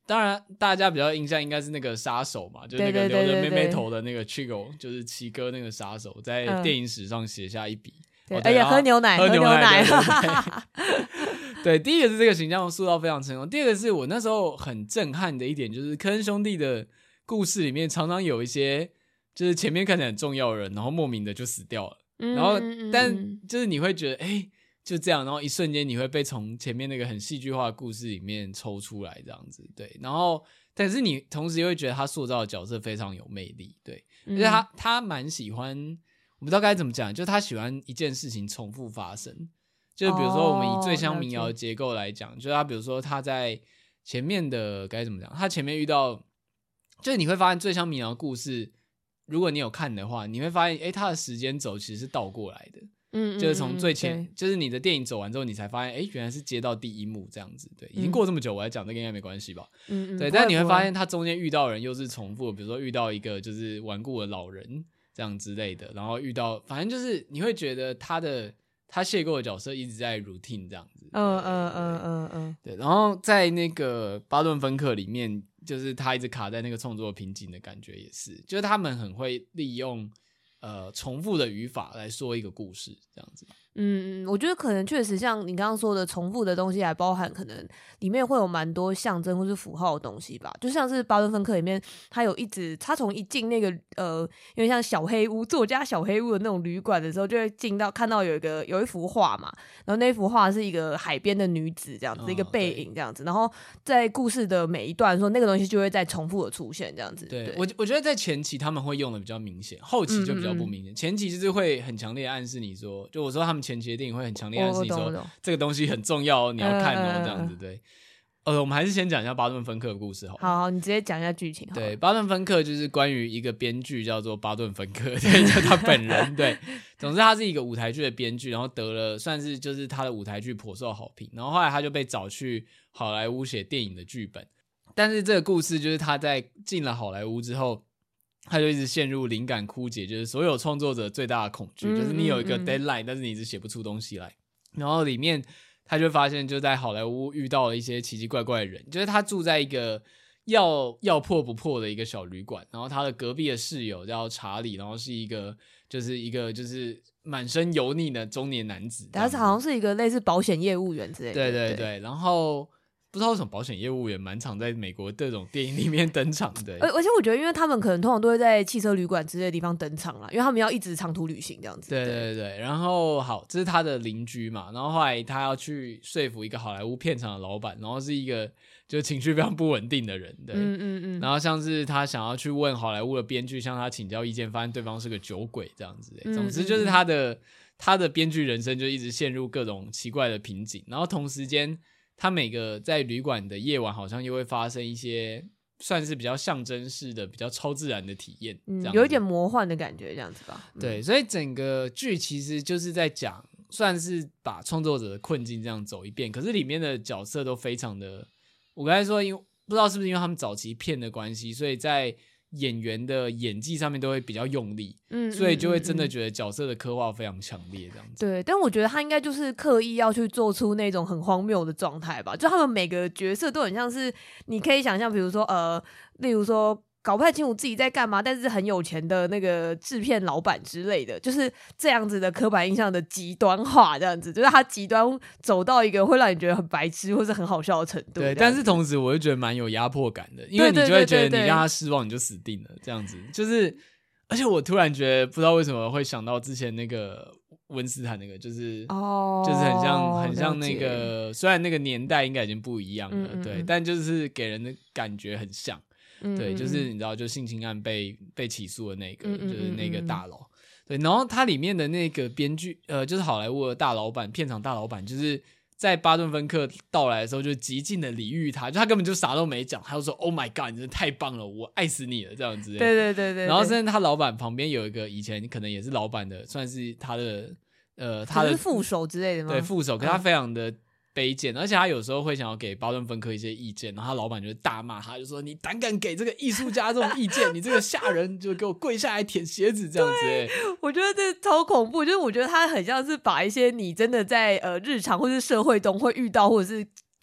当然大家比较印象应该是那个杀手嘛，就是那个留着妹妹头的那个 Chigo， 就是奇哥那个杀手，在电影史上写下一笔。 对，而且喝牛奶， 喝牛奶。对，第一个是这个形象塑造非常成功，第二个是我那时候很震撼的一点，就是科恩兄弟的故事里面常常有一些就是前面看起来很重要的人，然后莫名的就死掉了，然后但就是你会觉得就这样，然后一瞬间你会被从前面那个很戏剧化的故事里面抽出来这样子，对，然后但是你同时又会觉得他塑造的角色非常有魅力，对，而且他蛮喜欢，我不知道该怎么讲，就是他喜欢一件事情重复发生，就是比如说我们以醉乡民谣的结构来讲，就是他比如说他在前面的该怎么讲，他前面遇到，就是你会发现醉乡民谣的故事，如果你有看的话，你会发现他的时间轴其实是倒过来的，就是从最前，就是你的电影走完之后，你才发现原来是接到第一幕这样子，对，已经过这么久，我来讲这个应该没关系吧，对，但你会发现他中间遇到的人又是重复的，比如说遇到一个就是顽固的老人这样之类的，然后遇到反正就是你会觉得他邂逅的角色一直在 routine 这样子，对，然后在那个巴顿芬克里面，就是他一直卡在那个创作瓶颈的感觉也是，就是他们很会利用重复的语法来说一个故事这样子。 我觉得可能确实像你刚刚说的重复的东西，还包含可能里面会有蛮多象征或是符号的东西吧。就像是巴顿芬克里面，他从一进那个有点像小黑屋作家小黑屋的那种旅馆的时候，就会看到有一幅画嘛，然后那幅画是一个海边的女子这样子，一个背影这样子，然后在故事的每一段说那个东西就会再重复的出现这样子。 对，我觉得在前期他们会用的比较明显，后期就比较不明显。前期就是会很强烈暗示你说，就我说他们前期的电影会很强烈暗示你说这个东西很重要，你要看这样子。对，我们还是先讲一下巴顿芬克的故事好了。 好，你直接讲一下剧情。 对，巴顿芬克就是关于一个编剧叫做巴顿芬克，对，就他本人。对，总之他是一个舞台剧的编剧，然后得了算是就是他的舞台剧颇受好评，然后后来他就被找去好莱坞写电影的剧本。但是这个故事就是他在进了好莱坞之后，他就一直陷入灵感枯竭，就是所有创作者最大的恐惧，就是你有一个 deadline，但是你一直写不出东西来。然后里面他就发现，就在好莱坞遇到了一些奇奇怪怪的人，就是他住在一个要破不破的一个小旅馆，然后他的隔壁的室友叫查理，然后是一个就是满身油腻的中年男子， 他好像是一个类似保险业务员之类的。 对，然后不知道为什么保险业务员蛮常在美国这种电影里面登场的， 而且我觉得因为他们可能通常都会在汽车旅馆之类的地方登场啦，因为他们要一直长途旅行这样子。 对，然后好，这是他的邻居嘛，然后后来他要去说服一个好莱坞片场的老板，然后是一个就情绪非常不稳定的人，对，然后像是他想要去问好莱坞的编剧向他请教意见，发现对方是个酒鬼这样子，总之就是他的编剧人生就一直陷入各种奇怪的瓶颈，然后同时间他每个在旅馆的夜晚好像又会发生一些算是比较象征式的比较超自然的体验， 有一点魔幻的感觉这样子吧。 对，所以整个剧其实就是在讲算是把创作者的困境这样走一遍，可是里面的角色都非常的，我刚才说因为不知道是不是因为他们早期片的关系，所以在演员的演技上面都会比较用力，所以就会真的觉得角色的刻画非常强烈这样子。 对，但我觉得他应该就是刻意要去做出那种很荒谬的状态吧，就他们每个角色都很像是你可以想象，比如说例如说搞不太清楚自己在干嘛，但是很有钱的那个制片老板之类的，就是这样子的刻板印象的极端化，这样子就是他极端走到一个会让你觉得很白痴或是很好笑的程度。 对，但是同时我就觉得蛮有压迫感的，因为你就会觉得你让他失望你就死定了这样子，就是而且我突然觉得不知道为什么会想到之前那个温斯坦那个就是很像那个虽然那个年代应该已经不一样了，对，但就是给人的感觉很像。对，就是你知道就性侵案被起诉的那个就是那个大佬，对，然后他里面的那个编剧就是好莱坞的大老板片场大老板，就是在巴顿芬克到来的时候就极尽的礼遇他，就他根本就啥都没讲，他就说 Oh my god 你真的太棒了，我爱死你了这样子。 对， 然后甚至他老板旁边有一个以前可能也是老板的算是他的他的副手之类的吗？ 对，副手，可他非常的卑贱，而且他有时候会想要给巴顿芬克一些意见，然后他老板就大骂他，就说你胆敢给这个艺术家这种意见，你这个下人就给我跪下来舔鞋子这样子。 我觉得这超恐怖，就是我觉得他很像是把一些你真的在日常或是社会中会遇到或者是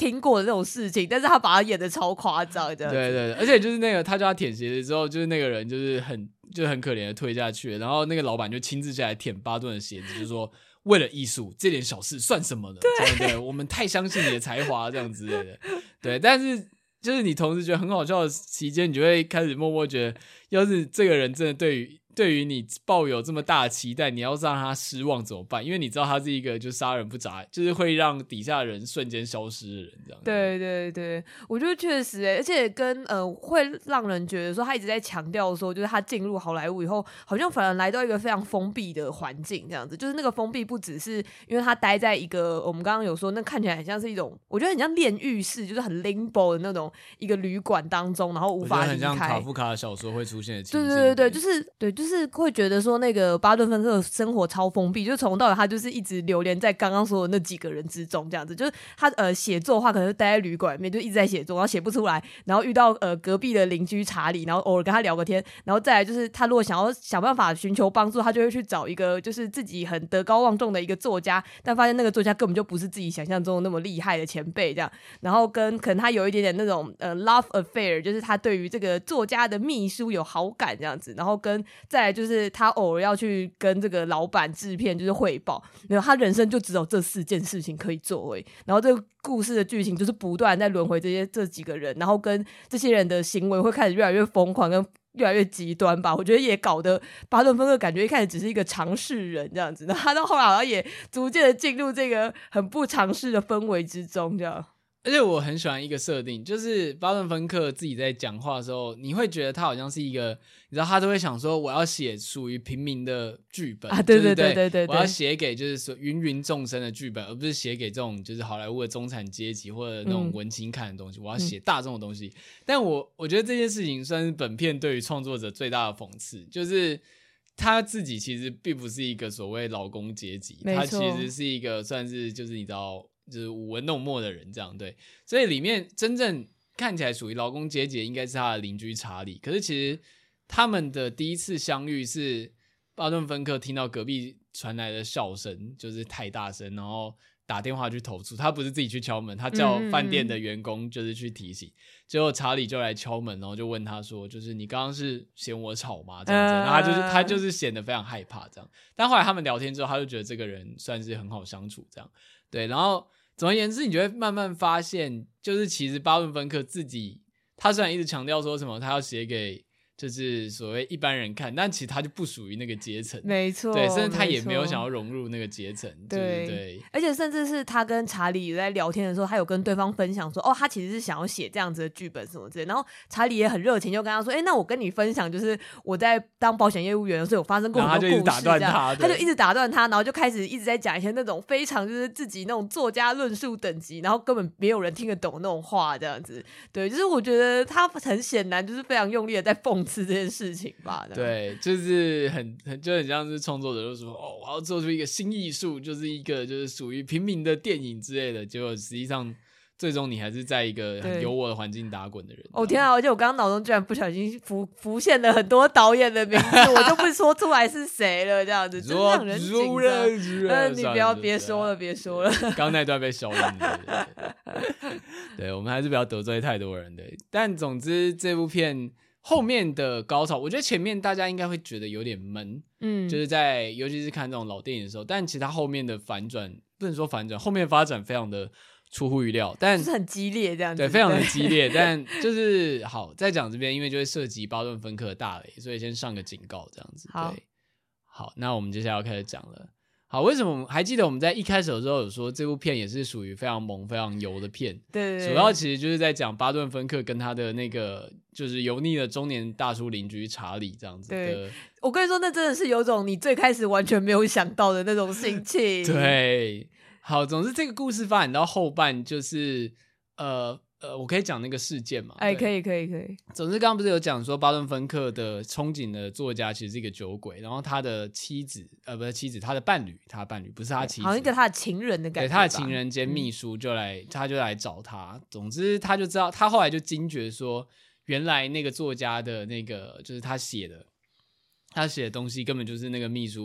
听过的那种事情，但是他把它演的超夸张，这样子。 对对对，而且就是那个他叫他舔鞋子之后，就是那个人就是很可怜的退下去了，然后那个老板就亲自下来舔巴顿的鞋子，就说为了艺术这点小事算什么呢？对，我们太相信你的才华这样之类的。对，但是就是你同时觉得很好笑的期间，你就会开始默默觉得，要是这个人真的对于你抱有这么大的期待，你要是让他失望怎么办？因为你知道他是一个就杀人不眨，就是会让底下的人瞬间消失的人，这样。 对对对，我觉得确实而且跟会让人觉得说他一直在强调说，就是他进入好莱坞以后，好像反而来到一个非常封闭的环境，这样子。就是那个封闭不只是因为他待在一个我们刚刚有说，那看起来很像是一种，我觉得很像炼狱室，就是很 limbo 的那种一个旅馆当中，然后无法离开。 很像卡夫卡的小说会出现的情境。 对，就是会觉得说那个巴顿芬克的生活超封闭，就从头到尾他就是一直流连在刚刚说的那几个人之中，这样子。就是他写作的话，可能待在旅馆里面就一直在写作，然后写不出来，然后遇到隔壁的邻居查理，然后偶尔跟他聊个天，然后再来就是他如果想办法寻求帮助，他就会去找一个就是自己很德高望重的一个作家，但发现那个作家根本就不是自己想象中的那么厉害的前辈，这样。然后可能他有一点点那种love affair， 就是他对于这个作家的秘书有好感这样子，然后再来就是他偶尔要去跟这个老板制片就是汇报，没有他人生就只有这4件事情可以做然后这个故事的剧情就是不断在轮回这几个人，然后跟这些人的行为会开始越来越疯狂跟越来越极端吧。我觉得也搞得巴顿芬克感觉一开始只是一个尝试人这样子，然后他到后来好像也逐渐的进入这个很不尝试的氛围之中这样。 而且我很喜欢一个设定，就是巴顿芬克自己在讲话的时候，你会觉得他好像是一个，你知道他都会想说我要写属于平民的剧本啊， 对对对对对， 我要写给就是说芸芸众生的剧本，而不是写给这种就是好莱坞的中产阶级或者那种文青看的东西，我要写大众的东西。但我觉得这件事情算是本片对于创作者最大的讽刺，就是他自己其实并不是一个所谓劳工阶级，他其实是一个算是就是你知道就是舞文弄墨的人这样。对，所以里面真正看起来属于劳工阶级的应该是他的邻居查理，可是其实他们的第一次相遇是巴顿芬克听到隔壁传来的笑声就是太大声，然后打电话去投诉，他不是自己去敲门，他叫饭店的员工就是去提醒，结果查理就来敲门，然后就问他说就是你刚刚是嫌我吵吗这样子，然后他就是显得非常害怕这样。但后来他们聊天之后，他就觉得这个人算是很好相处这样。对，然后总而言之你就会慢慢发现，就是其实巴顿芬克自己他虽然一直强调说什么他要写给就是所谓一般人看，但其实他就不属于那个阶层， 没错， 对，甚至他也没有想要融入那个阶层， 对， 对， 而且甚至是他跟查理在聊天的时候，他有跟对方分享说，他其实是想要写这样子的剧本什么之类的，然后查理也很热情，就跟他说，那我跟你分享，就是我在当保险业务员的时候有发生过很多故事，他就一直打断他，然后就开始一直在讲一些那种非常就是自己那种作家论述等级，然后根本没有人听得懂那种话这样子。对，就是我觉得他很显然就是非常用力的在讽刺这件事情吧。 对，就是就很像是创作者就说我要做出一个新艺术，就是一个就是属于平民的电影之类的，结果实际上最终你还是在一个很有我的环境打滚的人。 天啊！而且我刚刚脑中居然不小心浮现了很多导演的名字，我就不说出来是谁了，这样子真让人紧张。你别说了，别说了。 刚那段被消音了。对，我们还是不要得罪太多人的。但总之这部片后面的高潮，我觉得前面大家应该会觉得有点闷，就是尤其是看这种老电影的时候，但其实它后面的反转不能说反转，后面的发展非常的出乎意料，但就是很激烈这样子， 对，非常的激烈。但就是好在讲这边，因为就会涉及巴顿芬克的大雷，所以先上个警告这样子。对，好，那我们接下来要开始讲了。好，为什么还记得我们在一开始的时候有说这部片也是属于非常萌非常油的片？ 对， 主要其实就是在讲巴顿芬克跟他的那个就是油腻的中年大叔邻居查理这样子的。 对，我跟你说那真的是有种你最开始完全没有想到的那种心情。 对，好，总之这个故事发展到后半就是我可以讲那个事件嘛？ 可以。 总之，刚刚不是有讲说巴顿芬克的憧憬的作家其实是一个酒鬼，然后他的妻子，不是妻子，他的伴侣不是他妻子， 好像一个他的情人的感觉。 对，他的情人兼秘书他就来找他。总之，他就知道，他后来就惊觉说，原来那个作家的那个就是他写的东西根本就是那个秘书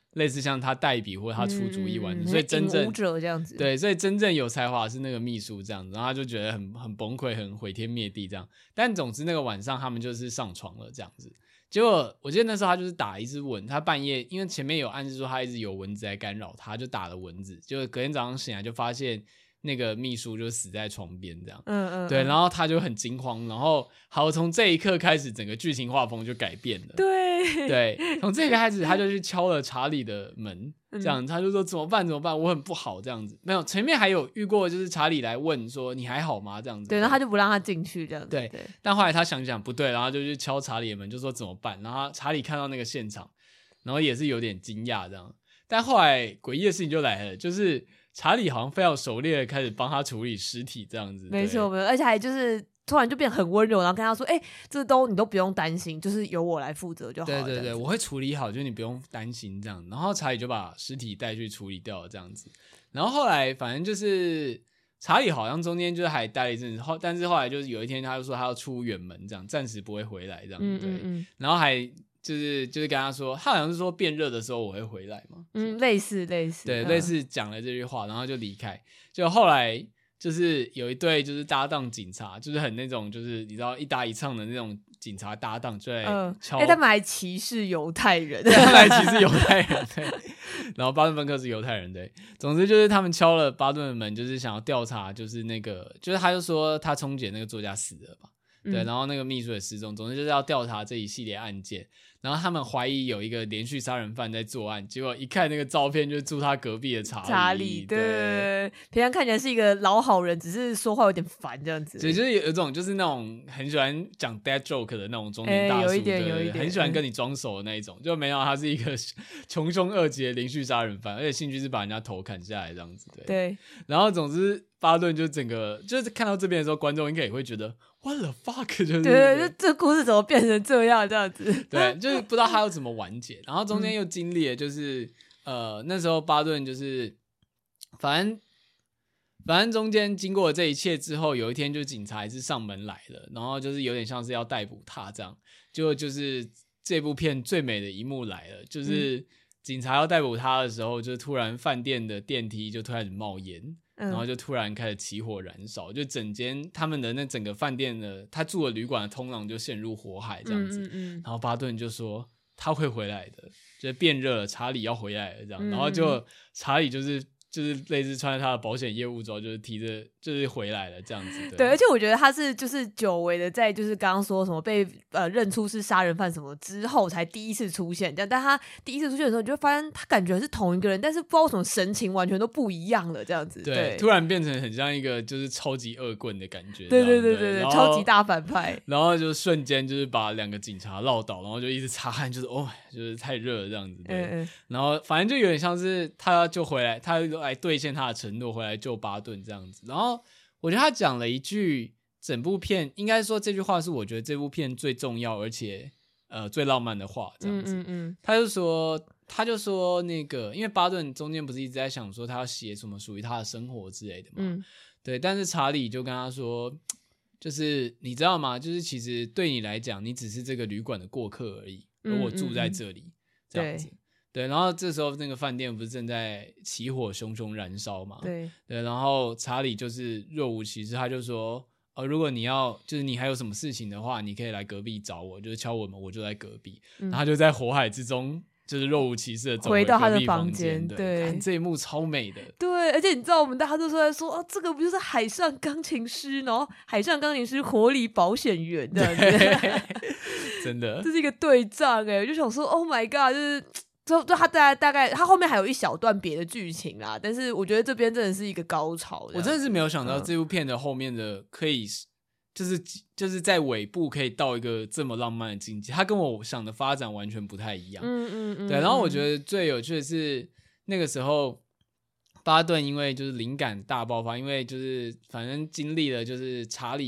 类似像他代笔或他出主意完成，所以真正舞者这样子， 对，所以真正有才华是那个秘书这样子，然后他就觉得很崩溃，很毁天灭地这样。但总之那个晚上他们就是上床了这样子。结果我记得那时候他就是打一只蚊，他半夜因为前面有暗示说他一直有蚊子来干扰他，就打了蚊子。结果隔天早上醒来就发现那个秘书就死在床边这样，对，然后他就很惊慌，然后好从这一刻开始，整个剧情画风就改变了，对，从这一刻开始他就去敲了查理的门，这样他就说怎么办，我很不好这样子，没有前面还有遇过就是查理来问说你还好吗这样子， 对，然后他就不让他进去这样子， 对，但后来他想想不对，然后就去敲查理的门，就说怎么办，然后查理看到那个现场，然后也是有点惊讶这样，但后来诡异的事情就来了，就是查理好像非常熟练的开始帮他处理尸体这样子， 没错，而且还就是突然就变很温柔，然后跟他说这你都不用担心，就是由我来负责就好了， 对，我会处理好，就是你不用担心这样，然后查理就把尸体带去处理掉了这样子，然后后来反正就是查理好像中间就是还待了一阵子，但是后来就是有一天他就说他要出远门这样，暂时不会回来这样，对，然后还就是跟他说，他好像是说变热的时候我会回来嘛， 类似，对， 类似讲了这句话，然后就离开。就后来就是有一对就是搭档警察，就是很那种就是你知道一搭一唱的那种警察搭档，就在敲， 他们还歧视犹太人， 对，他们还歧视犹太人，对。然后巴顿芬克是犹太人，对。总之就是他们敲了巴顿的门，就是想要调查，就是那个，就是他就说他冲姐那个作家死了嘛。对，然后那个秘书也失踪，总之就是要调查这一系列案件。然后他们怀疑有一个连续杀人犯在作案，结果一看那个照片，就是住他隔壁的查理， 对，平常看起来是一个老好人，只是说话有点烦这样子。 对，就是有一种就是那种很喜欢讲 dad joke 的那种中年大叔， 有一点， 很喜欢跟你装熟的那一种，就没有他是一个穷凶恶极的连续杀人犯，而且兴趣是把人家头砍下来这样子。对，然后总之巴顿就整个就是看到这边的时候，观众应该也会觉得 what the fuck， 就是对，这故事怎么变成这样这样子？ 对，就是不知道他要怎么完结，然后中间又经历了就是那时候巴顿就是反正中间经过了这一切之后，有一天就警察还是上门来了，然后就是有点像是要逮捕他这样，就是这部片最美的一幕来了，就是警察要逮捕他的时候，就突然饭店的电梯就突然冒烟。然后就突然开始起火燃烧，就整间他们的那整个饭店的他住的旅馆的通廊就陷入火海这样子。然后巴顿就说他会回来的，就是变热了，查理要回来了这样。然后就查理就是类似穿着他的保险业务装，就是提着就是回来了这样子。 对，而且我觉得他是就是久违的在就是刚刚说什么被认出是杀人犯什么之后才第一次出现这样，但他第一次出现的时候，你就发现他感觉是同一个人，但是不知道为什么神情完全都不一样了这样子。对， 突然变成很像一个就是超级恶棍的感觉。 对，超级大反派。 然后就瞬间就是把两个警察撂倒，然后就一直擦汗，就是就是太热了这样子。对，然后反正就有点像是他就回来，他来兑现他的承诺，回来救巴顿这样子。然后我觉得他讲了一句，整部片应该说这句话是我觉得这部片最重要而且最浪漫的话，这样子。他就说那个，因为巴顿中间不是一直在想说他要写什么属于他的生活之类的嘛，对。但是查理就跟他说，就是你知道吗？就是其实对你来讲，你只是这个旅馆的过客而已，而我住在这里，这样子。对，然后这时候那个饭店不是正在起火熊熊燃烧嘛？对，然后查理就是若无其事，他就说如果你要就是你还有什么事情的话，你可以来隔壁找我，就是敲我门，我就在隔壁。然后他就在火海之中就是若无其事的走回到他的房间。对， 看这一幕超美的。 对，而且你知道我们大家都在说这个不就是海上钢琴师，然后海上钢琴师火力保险员这样子。 真的， 这是一个对仗我就想说 Oh my god， 就是就他大概他后面还有一小段别的剧情啦，但是我觉得这边真的是一个高潮。 我真的是没有想到这部片的后面的可以就是在尾部可以到一个这么浪漫的境界，它跟我想的发展完全不太一样。对。然后我觉得最有趣的是那个时候巴顿因为就是灵感大爆发，因为就是反正经历了就是查理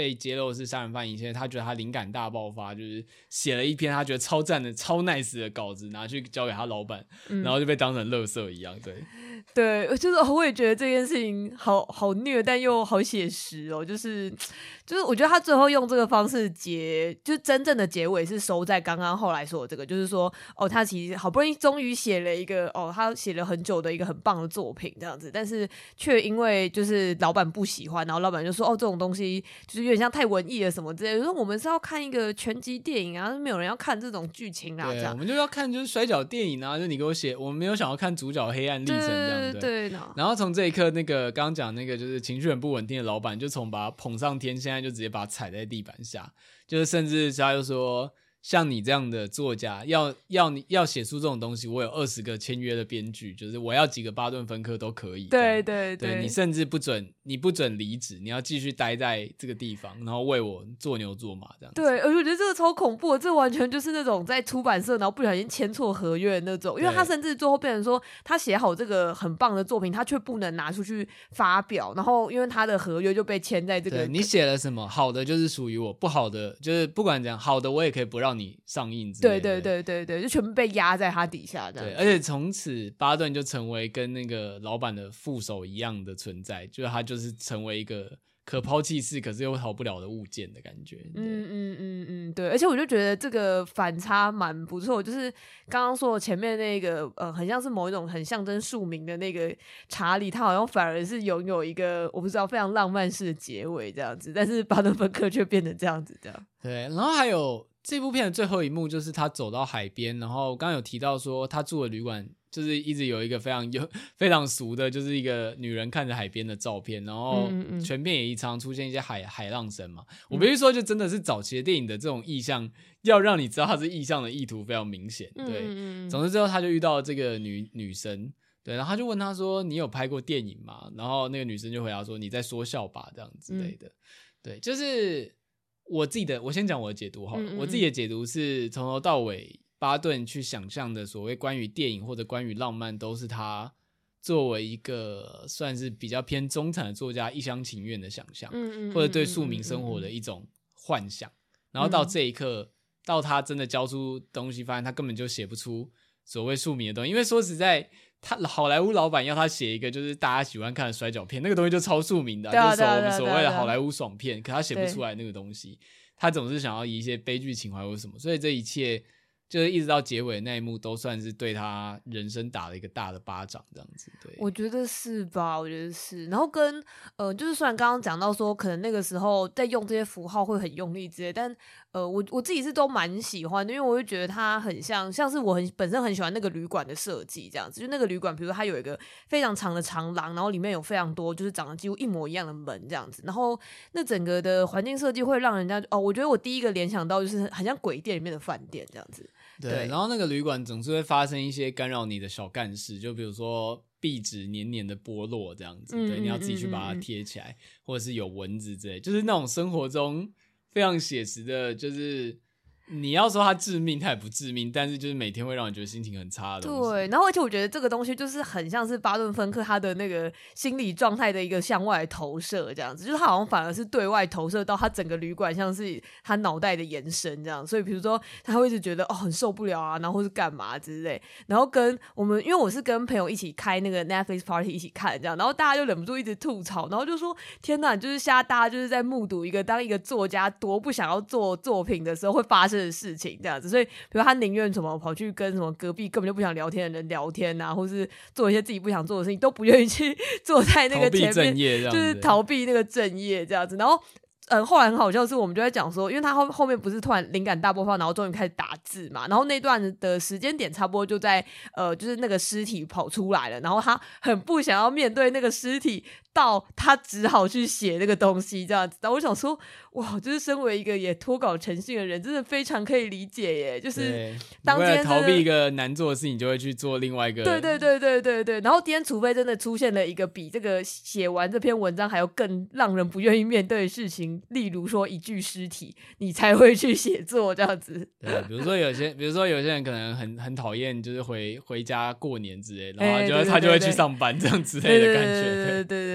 被揭露是杀人犯以前，他觉得他灵感大爆发，就是写了一篇他觉得超赞的超 nice 的稿子，拿去交给他老板，然后就被当成垃圾一样。 对，就是我也觉得这件事情好虐，但又好写实哦。就是我觉得他最后用这个方式就真正的结尾是收在刚刚后来说的这个，就是说他其实好不容易终于写了一个他写了很久的一个很棒的作品这样子，但是却因为就是老板不喜欢，然后老板就说这种东西就是有点像太文艺了什么之类的，就说我们是要看一个拳击电影啊，没有人要看这种剧情啊，这样我们就要看就是摔跤电影啊，就你给我写，我们没有想要看主角黑暗历程这样。 对， 然后从这一刻，那个刚刚讲那个就是情绪很不稳定的老板，就从把他捧上天，现在就直接把他踩在地板下，就是甚至他就说，像你这样的作家，要写出这种东西，我有20个签约的编剧，就是我要几个巴顿芬克都可以。 对， 你甚至不准离职，你要继续待在这个地方，然后为我做牛做马这样子。 对，我觉得这个超恐怖的，这完全就是那种在出版社然后不小心签错合约的那种，因为他甚至最后变成说他写好这个很棒的作品，他却不能拿出去发表，然后因为他的合约就被签在这个。 你写了什么好的就是属于我，不好的就是不管怎样，好的我也可以不让你上映之类的。 对，就全部被压在他底下这样。 对，而且从此巴顿就成为跟那个老板的副手一样的存在，就是他就是成为一个可抛弃式可是又逃不了的物件的感觉。 对，而且我就觉得这个反差蛮不错，就是刚刚说的前面那个很像是某一种很象征庶民的那个查理，他好像反而是拥有一个我不知道非常浪漫式的结尾这样子，但是巴顿芬克却变成这样子这样。 对，然后还有这部片的最后一幕就是他走到海边，然后刚刚有提到说他住的旅馆就是一直有一个非常俗的，就是一个女人看着海边的照片，然后全片也常出现一些海浪声嘛。我必须说，就真的是早期的电影的这种意象，要让你知道它是意象的意图非常明显。对，总之之后他就遇到这个女生，对，然后他就问他说：“你有拍过电影吗？”然后那个女生就回答说：“你在说笑吧，这样之类的。”对，就是我先讲我的解读好了。我自己的解读是从头到尾，巴顿去想象的所谓关于电影或者关于浪漫，都是他作为一个算是比较偏中产的作家一厢情愿的想象，或者对庶民生活的一种幻想。然后到这一刻，到他真的交出东西，发现他根本就写不出所谓庶民的东西。因为说实在，好莱坞老板要他写一个就是大家喜欢看的摔角片，那个东西就超庶民的，就是我们所谓的好莱坞爽片，可他写不出来那个东西，他总是想要以一些悲剧情怀或什么，所以这一切就是一直到结尾的那一幕都算是对他人生打了一个大的巴掌这样子。对， 我觉得是吧，我觉得是。然后跟就是虽然刚刚讲到说可能那个时候在用这些符号会很用力之类，但我自己是都蛮喜欢的，因为我会觉得它很像是我本身很喜欢那个旅馆的设计这样子，就那个旅馆比如说它有一个非常长的长廊，然后里面有非常多就是长得几乎一模一样的门这样子，然后那整个的环境设计会让人家我觉得我第一个联想到就是很像鬼店里面的饭店这样子。 对，然后那个旅馆总是会发生一些干扰你的小干事，就比如说壁纸黏黏的剥落这样子，对，你要自己去把它贴起来，或者是有蚊子之类，就是那种生活中非常写实的，就是你要说它致命，它也不致命，但是就是每天会让你觉得心情很差的东西。 对，然后而且我觉得这个东西就是很像是巴顿芬克他的那个心理状态的一个向外投射，这样子，就是他好像反而是对外投射到他整个旅馆，像是他脑袋的延伸这样。所以比如说他会一直觉得很受不了啊，然后或是干嘛之类，然后跟我们因为我是跟朋友一起开那个 Netflix party 一起看这样，然后大家就忍不住一直吐槽，然后就说天哪，就是现在大家就是在目睹当一个作家多不想要做作品的时候会发生的事情这样子。所以比如他宁愿什么跑去跟什么隔壁根本就不想聊天的人聊天啊，或是做一些自己不想做的事情，都不愿意去坐在那个前面，就是逃避那个正业这样子。然后后来很好笑的是，我们就在讲说，因为他后面不是突然灵感大爆发，然后终于开始打字嘛，然后那段的时间点差不多就在就是那个尸体跑出来了，然后他很不想要面对那个尸体，到他只好去写那个东西这样子。然后我想说，哇，就是身为一个也脱稿成性的人，真的非常可以理解耶。就是当今天逃避一个难做的事情，就会去做另外一个。 对。然后今天除非真的出现了一个比这个写完这篇文章还有更让人不愿意面对的事情，例如说一具尸体，你才会去写作这样子。 对，比如说有些人可能很讨厌，就是回家过年之类，然后他就会去上班这样之类的感觉。 对，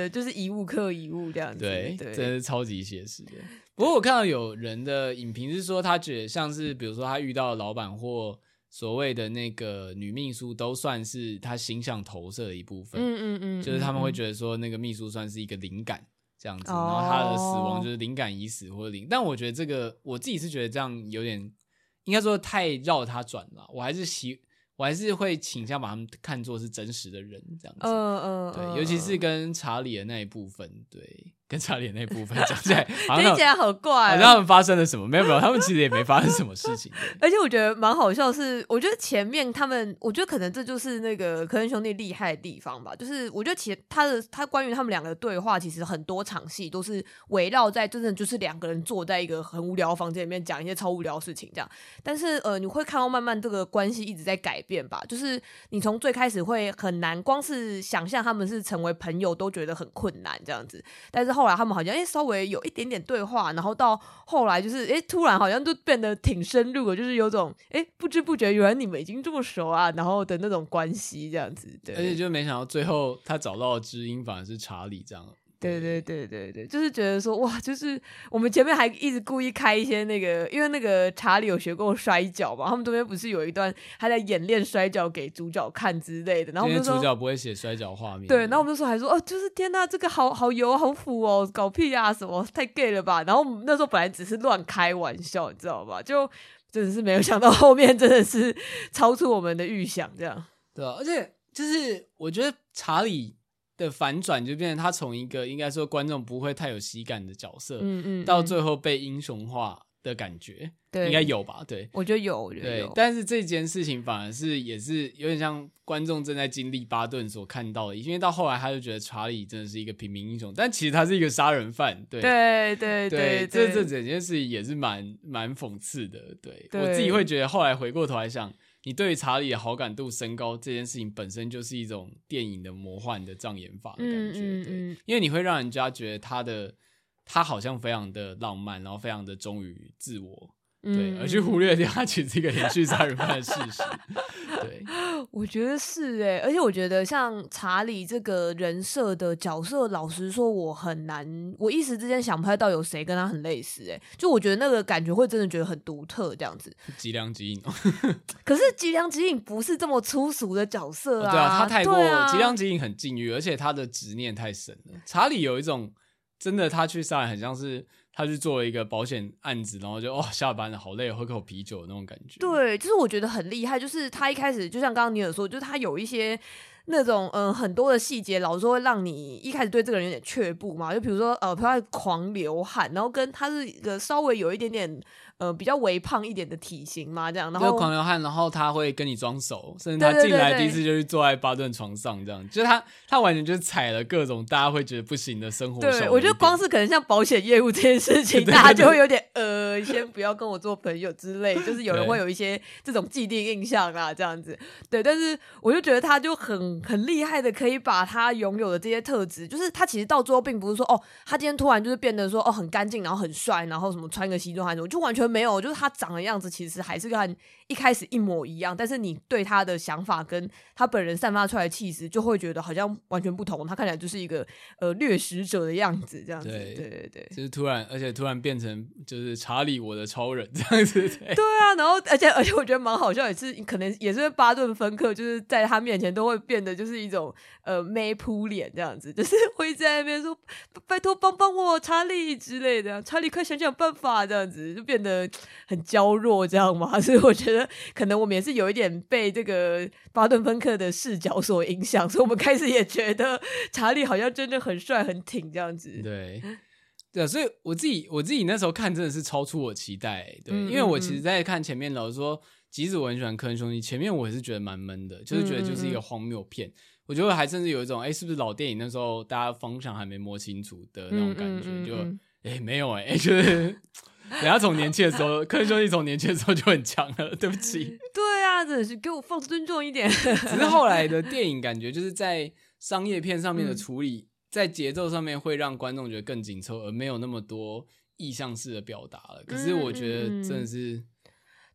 对，就是一物克一物这样子， 对， 对， 真的是超级写实的。不过我看到有人的影评是说，他觉得像是比如说他遇到的老板或所谓的那个女秘书，都算是他形象投射的一部分。就是他们会觉得说那个秘书算是一个灵感这样子，然后他的死亡就是灵感已死或者灵。但我觉得这个我自己是觉得这样有点，应该说太绕他转了。我还是会倾向把他们看作是真实的人这样子。对，尤其是跟查理的那一部分，对，跟查理的那一部分讲起来， 听起来好怪， 好像他们发生了什么？没有，他们其实也没发生什么事情。 而且我觉得蛮好笑是，我觉得前面他们，我觉得可能这就是那个科恩兄弟厉害的地方吧。就是我觉得其实他关于他们两个的对话，其实很多场戏都是围绕在真的就是两个人坐在一个很无聊的房间里面讲一些超无聊的事情这样。但是你会看到慢慢这个关系一直在改变吧。就是你从最开始会很难，光是想象他们是成为朋友都觉得很困难这样子。但是后来他们好像稍微有一点点对话，然后到后来就是突然好像就变得挺深入的，就是有种不知不觉原来你们已经这么熟啊，然后的那种关系这样子。对， 而且就没想到最后他找到的知音反而是查理这样。 对，就是觉得说哇，就是我们前面还一直故意开一些那个，因为那个查理有学过摔跤嘛，他们这边不是有一段他在演练摔跤给主角看之类的，然后我们就说主角不会写摔跤画面， 对，然后我们就说还说就是天哪，这个好油好腐哦，搞屁啊什么，太 gay 了吧？然后我们那时候本来只是乱开玩笑，你知道吧？就真的是没有想到后面真的是超出我们的预想，这样。 对啊，而且就是我觉得查理的反转就变成他从一个应该说观众不会太有喜感的角色，到最后被英雄化的感觉，应该有吧？对， 我觉得有， 对。但是这件事情反而是也是有点像观众正在经历巴顿所看到的，因为到后来他就觉得查理真的是一个平民英雄，但其实他是一个杀人犯。对，这整件事情也是蛮讽刺的。对，我自己会觉得后来回过头来想。你对于查理的好感度升高这件事情本身就是一种电影的魔幻的障眼法的感觉，对，因为你会让人家觉得他好像非常的浪漫，然后非常的忠于自我，对，而去忽略掉他其实是一个连续杀人犯的事实。对， 我觉得是而且我觉得像查理这个人设的角色，老实说我一时之间想不太到有谁跟他很类似就我觉得那个感觉会真的觉得很独特这样子。 吉良吉影可是吉良吉影不是这么粗俗的角色啊， 对啊，他太过吉良吉影很禁欲，而且他的执念太深了。查理有一种真的他去杀人很像是他去做了一个保险案子，然后就下班了好累，喝口啤酒的那种感觉。 对，就是我觉得很厉害，就是他一开始就像刚刚你有说，就是他有一些那种很多的细节，老实说会让你一开始对这个人有点却步嘛。就比如说他狂流汗，然后跟他是一个稍微有一点点比较微胖一点的体型嘛，这样，然后就狂流汗，然后他会跟你装熟，甚至他进来第一次就去坐在巴顿床上，这样，就是他完全就是踩了各种大家会觉得不行的生活手。 对，我觉得光是可能像保险业务这件事情，大家就会有点先不要跟我做朋友之类，就是有人会有一些这种既定印象啊，这样子。对，但是我就觉得他就很厉害的，可以把他拥有的这些特质，就是他其实到最后并不是说他今天突然就是变得说很干净，然后很帅，然后什么穿个西装还是什么，就完全没有，就是他长的样子其实还是跟一开始一模一样，但是你对他的想法跟他本人散发出来的气质，就会觉得好像完全不同。他看起来就是一个掠食者的样子，这样子。对， 就是突然变成就是查理我的超人这样子。对啊，然后而且我觉得蛮好笑，也是可能也是巴顿芬克就是在他面前都会变得就是一种妹扑脸这样子，就是会在那边说拜托帮帮我查理之类的，查理快想想办法这样子，就变得很娇弱这样嘛。所以我觉得可能我们也是有一点被这个巴顿芬克的视角所影响，所以我们开始也觉得查理好像真的很帅很挺这样子。 对，所以我自己那时候看真的是超出我期待。对，因为我其实在看前面，老实说，即使我很喜欢科恩兄弟，前面我也是觉得蛮闷的，就是觉得就是一个荒谬片。我觉得还甚至有一种是不是老电影那时候大家方向还没摸清楚的那种感觉，就没有就是人家从年轻的时候，科恩兄弟从年轻的时候就很强了，对不起。 对啊，真的是给我放尊重一点。 只是后来的电影感觉就是在商业片上面的处理，在节奏上面会让观众觉得更紧凑，而没有那么多意象式的表达了。可是我觉得真的是。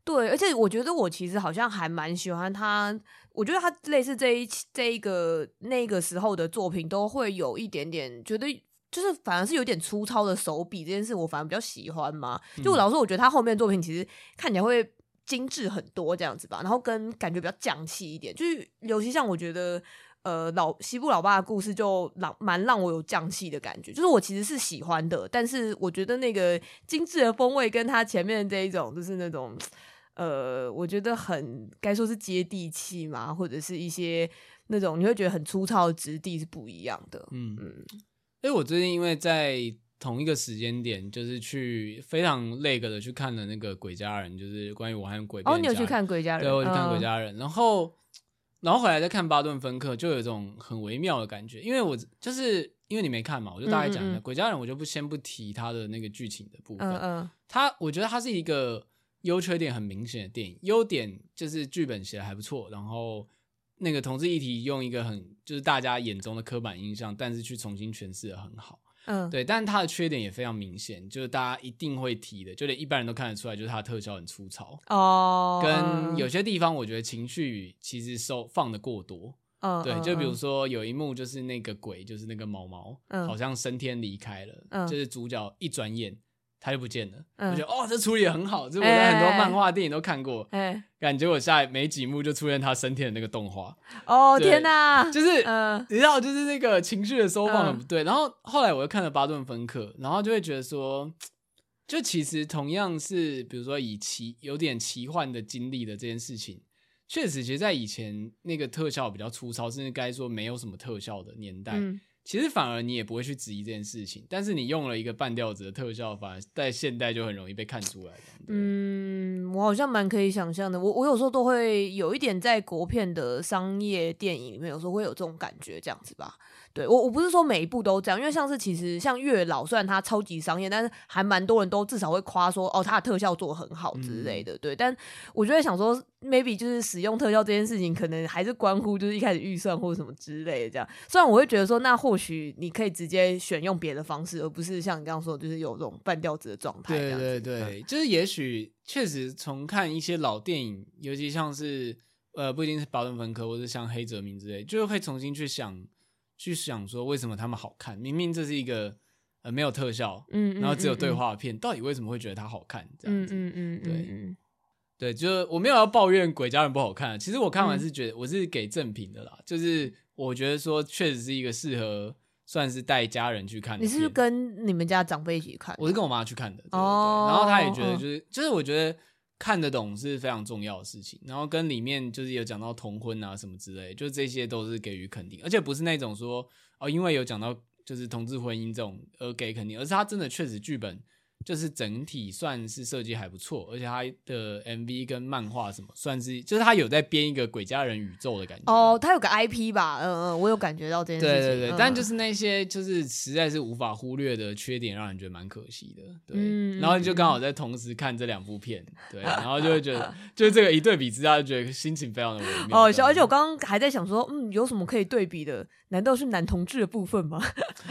对，而且我觉得我其实好像还蛮喜欢他，我觉得他类似这一个那个时候的作品都会有一点点觉得。就是反而是有点粗糙的手笔这件事，我反而比较喜欢嘛。就我老实说，我觉得他后面的作品其实看起来会精致很多这样子吧，然后跟感觉比较匠气一点。就是尤其像我觉得，西部老爸的故事就蛮让我有匠气的感觉。就是我其实是喜欢的，但是我觉得那个精致的风味跟他前面的这一种，就是那种我觉得很该说是接地气嘛，或者是一些那种你会觉得很粗糙的质地是不一样的。 因为我最近因为在同一个时间点，就是去非常累的去看了那个《鬼家人》，就是关于我和鬼变的家人。 你有去看《鬼家人》？ 对，我去看《鬼家人》然后回来再看《巴顿芬克》，就有一种很微妙的感觉。因为我就是因为你没看嘛，我就大概讲一下《鬼家人》，我就先不提他的那个剧情的部分。我觉得它是一个优缺点很明显的电影。优点就是剧本写得还不错，然后那个同志议题用一个就是大家眼中的刻板印象，但是去重新诠释得很好。对，但它的缺点也非常明显，就是大家一定会提的，就连一般人都看得出来，就是它的特效很粗糙跟有些地方我觉得情绪其实放得过多。对，就比如说有一幕就是那个鬼，就是那个毛毛好像升天离开了，就是主角一转眼他就不见了，我觉得这处理得很好，这我在很多漫画电影都看过，感觉我下来没几幕就出现他升天的那个动画。 天哪， 就是你知道，就是那个情绪的收放很不对。然后后来我又看了巴顿芬克，然后就会觉得说，就其实同样是比如说有点奇幻的经历的这件事情，确实其实在以前那个特效比较粗糙，甚至该说没有什么特效的年代，其实反而你也不会去质疑这件事情，但是你用了一个半吊子的特效，反而在现代就很容易被看出来。 我好像蛮可以想象的。我有时候都会有一点在国片的商业电影里面，有时候会有这种感觉，这样子吧。对，我不是说每一部都这样，因为其实像月老，虽然它超级商业，但是还蛮多人都至少会夸说它的特效做得很好之类的。对，但我就在想说 maybe 就是使用特效这件事情，可能还是关乎就是一开始预算或者什么之类的这样。虽然我会觉得说，那或许你可以直接选用别的方式，而不是像你刚刚说的，就是有这种半吊子的状态。 对，就是也许确实重看一些老电影，尤其像是不一定是巴顿芬克或者像黑泽明之类，就会重新去想说为什么他们好看，明明这是一个没有特效，然后只有对话片，到底为什么会觉得它好看这样子。对，就是我没有要抱怨鬼家人不好看，其实我看完是觉得我是给正评的啦，就是我觉得说确实是一个适合算是带家人去看的片。 你是不是跟你们家长辈一起看？ 我是跟我妈去看的。对，然后她也觉得就是我觉得看得懂是非常重要的事情，然后跟里面就是有讲到同婚啊什么之类，就这些都是给予肯定，而且不是那种说因为有讲到就是同志婚姻这种而给肯定，而是他真的确实剧本就是整体算是设计还不错，而且他的 MV 跟漫画什么算是就是他有在编一个鬼家人宇宙的感觉。 他有个 IP 吧，我有感觉到这件事情。 对，但就是那些就是实在是无法忽略的缺点，让人觉得蛮可惜的。对，然后你就刚好在同时看这两部片，对，然后就会觉得就是这个一对比之下，就觉得心情非常的微妙。 而且我刚刚还在想说，有什么可以对比的？难道是男同志的部分吗？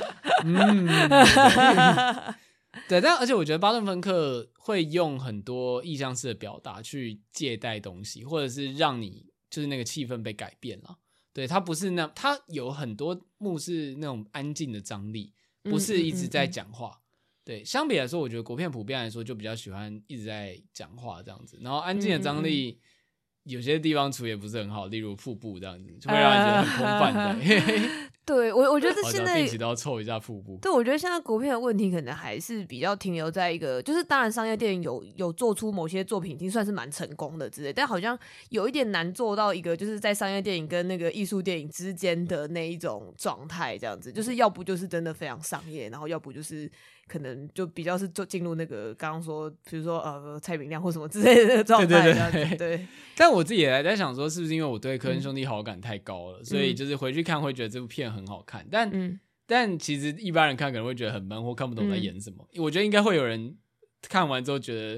对，但而且我觉得巴顿芬克会用很多意象式的表达去借代东西，或者是让你就是那个气氛被改变了。对，他不是他有很多幕是那种安静的张力，不是一直在讲话。对，相比来说，我觉得国片普遍来说就比较喜欢一直在讲话这样子，然后安静的张力有些地方处理也不是很好，例如腹部这样子，就会让人觉得很空泛的。 对，我觉得现在定期都要凑一下腹部。 对，我觉得现在国片的问题可能还是比较停留在一个，就是当然商业电影有做出某些作品已经算是蛮成功的之类，但好像有一点难做到一个就是在商业电影跟那个艺术电影之间的那一种状态，这样子，就是要不就是真的非常商业，然后要不就是可能就比较是进入那个刚刚说，比如说蔡明亮或什么之类的那个状态。对。 但我自己也还在想说，是不是因为我对科恩兄弟好感太高了，所以就是回去看会觉得这部片很好看，但其实一般人看可能会觉得很闷或看不懂在演什么。我觉得应该会有人看完之后觉得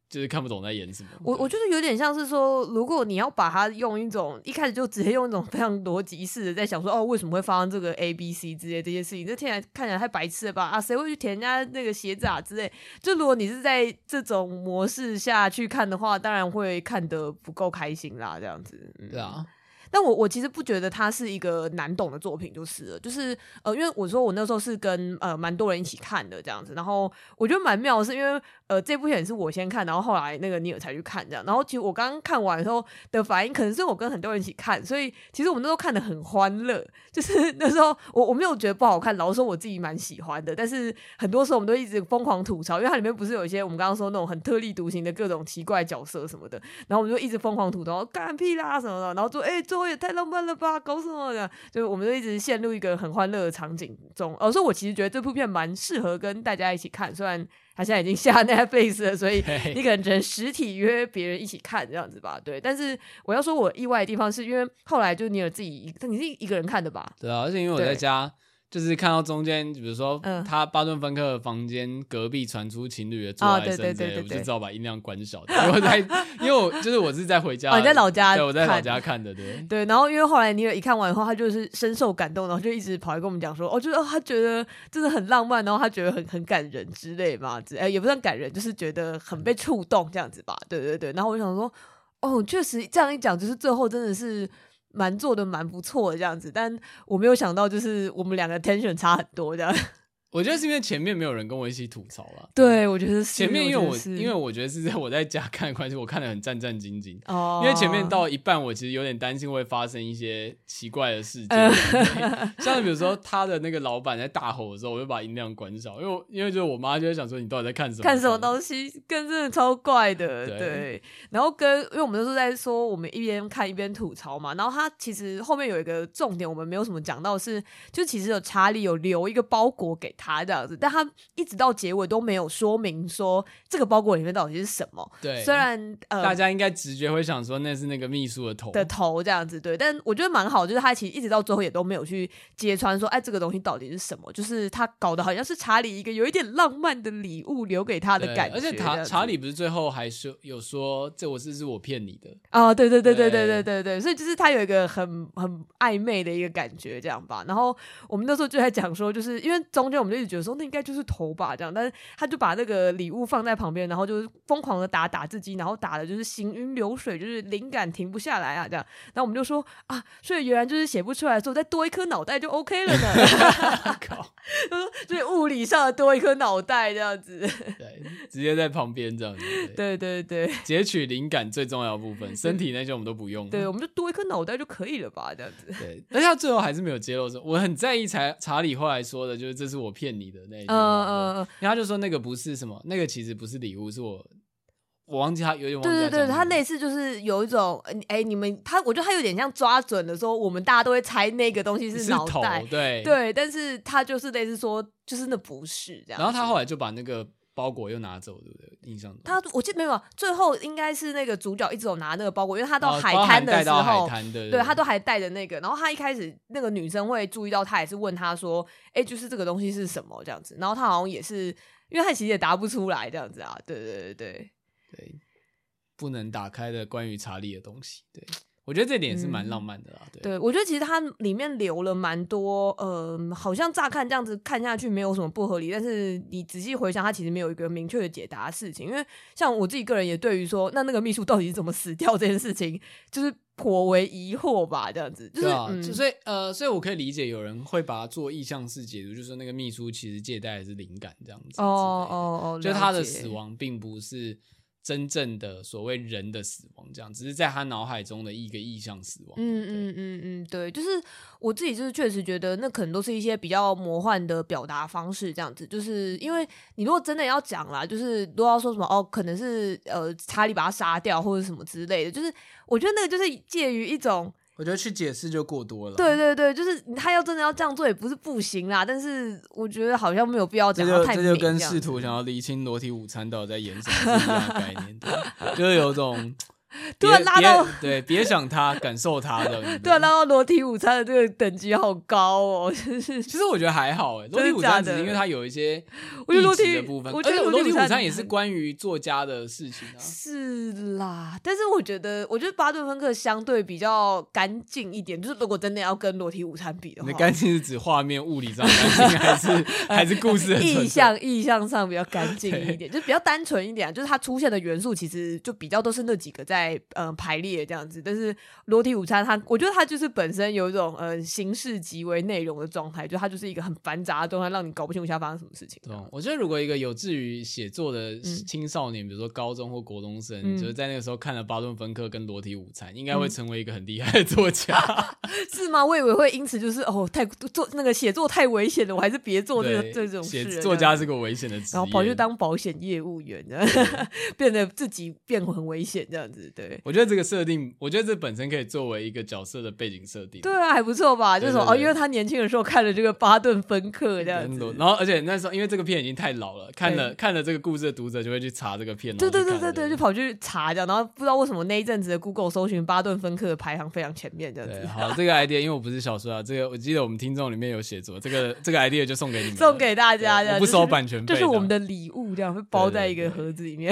就是看不懂在演什么。 我觉得有点像是说，如果你要把它用一种一开始就直接用一种非常逻辑式的在想说，为什么会发生这个 A、B、C 之类这些事情，这看起来太白痴了吧？啊，谁会去舔人家那个鞋子啊之类？就如果你是在这种模式下去看的话，当然会看得不够开心啦，这样子。 对啊。 但我其实不觉得它是一个难懂的作品，就是了，就是因为我说我那时候是跟蛮多人一起看的这样子，然后我觉得蛮妙的是，因为这部片也是我先看，然后后来那个尼尔才去看这样，然后其实我刚刚看完的时候的反应，可能是我跟很多人一起看，所以其实我们那时候看得很欢乐，就是那时候我没有觉得不好看，老实说我自己蛮喜欢的，但是很多时候我们都一直疯狂吐槽，因为它里面不是有一些我们刚刚说那种很特立独行的各种奇怪角色什么的，然后我们就一直疯狂吐槽干屁啦什么的，然后说最后也太浪漫了吧，搞什么的，就我们就一直陷入一个很欢乐的场景中。所以我其实觉得这部片蛮适合跟大家一起看，虽然他现在已经下 Netflix 了，所以你可能只能实体约别人一起看这样子吧。对，但是我要说我意外的地方是因为后来就尼尔自己，你是一个人看的吧？ 对啊，而且因为我在家。就是看到中间，比如说他巴顿芬克的房间隔壁传出情侣的做爱声之类的，我就只好把音量关小。因为我是在回家， 你在老家， 对，我在老家看的，对。 然后因为后来尼尔一看完以后，他就是深受感动，然后就一直跑来跟我们讲说，就是他觉得真的很浪漫，然后他觉得很感人之类嘛，也不算感人，就是觉得很被触动这样子吧。对。然后我就想说，确实这样一讲，就是最后真的是。做的蛮不错的这样子，但我没有想到就是我们两个 tension 差很多这样。 我觉得是因为前面没有人跟我一起吐槽啦。 对，我觉得是前面因为我觉得是我在家看的关系，我看得很战战兢兢。因为前面到一半，我其实有点担心会发生一些奇怪的事件，像比如说他的那个老板在大吼的时候，我就把音量关小，因为就是我妈就会想说你到底在看什么东西，真的超怪的。对，然后因为我们都是在说我们一边看一边吐槽嘛，然后他其实后面有一个重点我们没有什么讲到是，就其实查理有留一个包裹给他这样子，但他一直到结尾都没有说明说这个包裹里面到底是什么。 对， 虽然大家应该直觉会想说那是那个秘书的头这样子，对，但我觉得蛮好，就是他其实一直到最后也都没有去揭穿说，这个东西到底是什么，就是他搞得好像是查理一个有一点浪漫的礼物留给他的感觉。 而且查理不是最后还有说这是我骗你的对，所以就是他有一个很暧昧的一个感觉这样吧。然后我们那时候就在讲说，就是因为中间我们就一直觉得说那应该就是头吧这样，但是他就把那个礼物放在旁边，然后就是疯狂的打字机，然后打的就是行云流水，就是灵感停不下来啊这样。然后我们就说所以原来就是写不出来的时候再多一颗脑袋就 OK 了呢。就是物理上的多一颗脑袋这样子， 对，直接在旁边这样子。 对， 截取灵感最重要的部分，身体那些我们都不用。 对，我们就多一颗脑袋就可以了吧，这样子。 对，而且他最后还是没有揭露。我很在意查理后来说的，就是这是我骗你的那一句话。因为他就说那个不是什么，那个其实不是礼物，是我忘记他有点忘记。 对，他类似就是有一种我觉得他有点像抓准的说，我们大家都会猜那个东西是脑袋，对，但是他就是类似说，就是那不是这样。 然后他后来就把那个包裹又拿走，对不对？印象中我记得没有，最后应该是那个主角一直有拿那个包裹，因为他到海滩的时候，对，他都还带着那个。然后他一开始那个女生会注意到他，也是问他说：“就是这个东西是什么？”这样子。然后他好像也是，因为他其实也答不出来这样子啊。对， 不能打开的关于查理的东西，对。我觉得这点也是蛮浪漫的啦。 对，我觉得其实它里面留了蛮多好像乍看这样子看下去没有什么不合理，但是你仔细回想，它其实没有一个明确的解答的事情。因为像我自己个人也对于说那个秘书到底是怎么死掉这件事情，就是颇为疑惑吧，这样子。就是、 所以我可以理解有人会把它做意象式解读，就是说那个秘书其实借贷的是灵感这样子。就是他的死亡并不是真正的所谓人的死亡，这样只是在他脑海中的一个意象死亡。 对，就是我自己就是确实觉得那可能都是一些比较魔幻的表达方式，这样子。就是因为你如果真的要讲啦，就是都要说什么可能是查理把他杀掉或者什么之类的，就是我觉得那个就是介于一种。 我觉得去解释就过多了。 对，就是他要真的要这样做也不是不行啦，但是我觉得好像没有必要讲到太明。 这就跟试图想要厘清裸体午餐到底在演什么是一样的概念，就是有种突然拉到别想他，感受他的， 突然拉到裸体午餐的这个等级好高哦，就是其实我觉得还好裸体午餐只是因为它有一些裸体的部分， 而且裸体午餐也是关于作家的事情啊。 是啦，但是我觉得巴顿芬克相对比较干净一点，就是如果真的要跟裸体午餐比的话， 你的干净是指画面物理上干净，还是故事的意象上比较干净一点，就比较单纯一点，就是它出现的元素其实就比较都是那几个在排列这样子。但是裸体午餐我觉得它就是本身有一种形式即为内容的状态，就它就是一个很繁杂的状态，让你搞不清楚下发生什么事情。 我觉得如果一个有志于写作的青少年，比如说高中或国中生，就是在那个时候看了巴顿芬克跟裸体午餐，应该会成为一个很厉害的作家。 是吗？我以为会因此就是那个写作太危险了，我还是别做这种事。 作家是个危险的职业， 然后跑去当保险业务员，变得自己变很危险这样子。对， 我觉得这个设定，我觉得这本身可以作为一个角色的背景设定。 对啊，还不错吧？就是说因为他年轻的时候看了这个巴顿芬克这样子， 然后而且那时候因为这个片已经太老了，看了这个故事的读者就会去查这个片， 对，就跑去查这样，然后不知道为什么那一阵子的 Google 搜寻巴顿芬克的排行非常前面这样子。 好，这个 idea 因为我不是小说啊，这个我记得我们听众里面有写作，这个 idea 就送给你们， 送给大家这样， 我不收版权费， 这是我们的礼物，这样会包在一个盒子里面。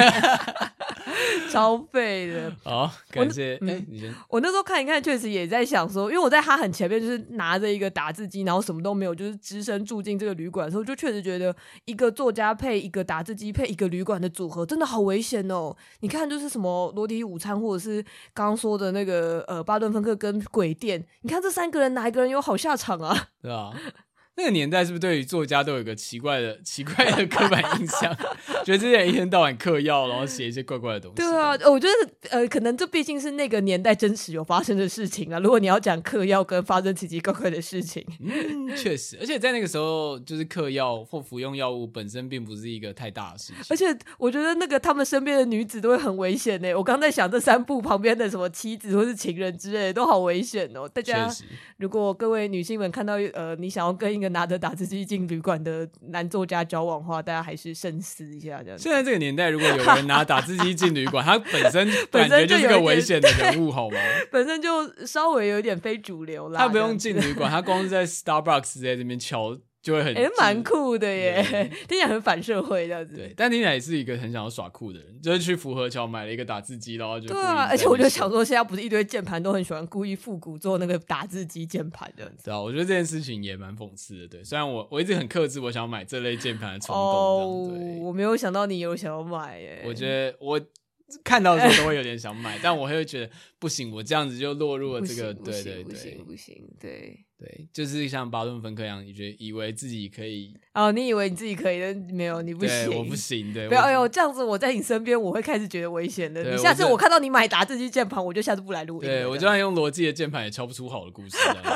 超废的。 好，感谢。你先。 我那时候看一看，确实也在想说，因为我在他很前面，就是拿着一个打字机，然后什么都没有，就是只身住进这个旅馆的时候，就确实觉得一个作家配一个打字机配一个旅馆的组合，真的好危险哦。你看，就是什么裸体午餐，或者是刚刚说的那个巴顿芬克跟鬼店，你看这三个人哪一个人有好下场啊？ 对啊。那个年代是不是对于作家都有一个奇怪的刻板印象，觉得这些人一天到晚嗑药，然后写一些怪怪的东西？ 对啊，我觉得可能这毕竟是那个年代真实有发生的事情啊。如果你要讲嗑药跟发生奇奇怪怪的事情， 确实，而且在那个时候，就是嗑药或服用药物本身并不是一个太大的事情。 而且我觉得那个他们身边的女子都会很危险欸。我刚在想这三部旁边的什么妻子或是情人之类的都好危险哦。大家如果各位女性们看到你想要跟一个拿着打字机进旅馆的男作家交往的话，大家还是慎思一下这样子。 现在这个年代，如果有人拿打字机进旅馆，他本身感觉就是个危险的人物，好吗？ 本身就稍微有点非主流啦。 他不用进旅馆，他光是在 Starbucks 在这边敲就会很蛮酷的耶，听起来很反社会这样子。 对，但听起来也是一个很想要耍酷的人，就是去福和桥买了一个打字机，然后就对啊，而且我就想说，现在不是一堆键盘都很喜欢故意复古做那个打字机键盘这样子。 对啊，我觉得这件事情也蛮讽刺的。对，虽然我一直很克制，我想买这类键盘的冲动。 我没有想到你有想要买耶。 我觉得我看到的时候都会有点想买，但我会觉得不行，我这样子就落入了这个不行， 对，就是像巴顿芬克一样，你觉得以为自己可以你以为你自己可以，但没有，你不行， 对，我不行，对， 不要这样子，我在你身边，我会开始觉得危险的。你下次我看到你买打字机键盘，我就下次不来录音。 对，我就算用逻辑的键盘也敲不出好的故事。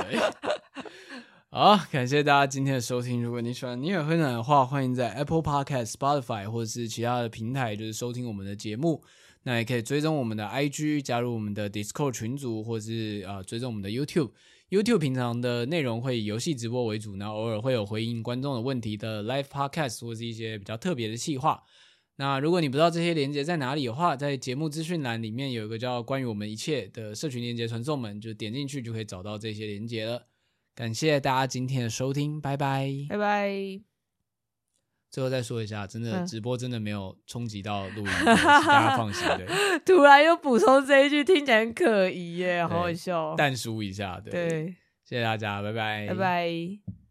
好，感谢大家今天的收听。如果你喜欢尼尔分享的话，欢迎在 Apple Podcast、Spotify 或者是其他的平台，就是收听我们的节目。那也可以追踪我们的 IG， 加入我们的 Discord 群组，或是追踪我们的 YouTube。YouTube 平常的内容会以游戏直播为主，然后偶尔会有回应观众的问题的 Live Podcast 或是一些比较特别的企划。那如果你不知道这些连结在哪里的话，在节目资讯栏里面有一个叫关于我们一切的社群连结传送门，就点进去就可以找到这些连结了。感谢大家今天的收听，拜拜， 拜拜。 最后再说一下，真的直播真的没有冲击到录音，请大家放心。对， 突然又补充这一句，听起来很可疑耶，好好笑。 淡书一下，对，谢谢大家，拜拜， 拜拜。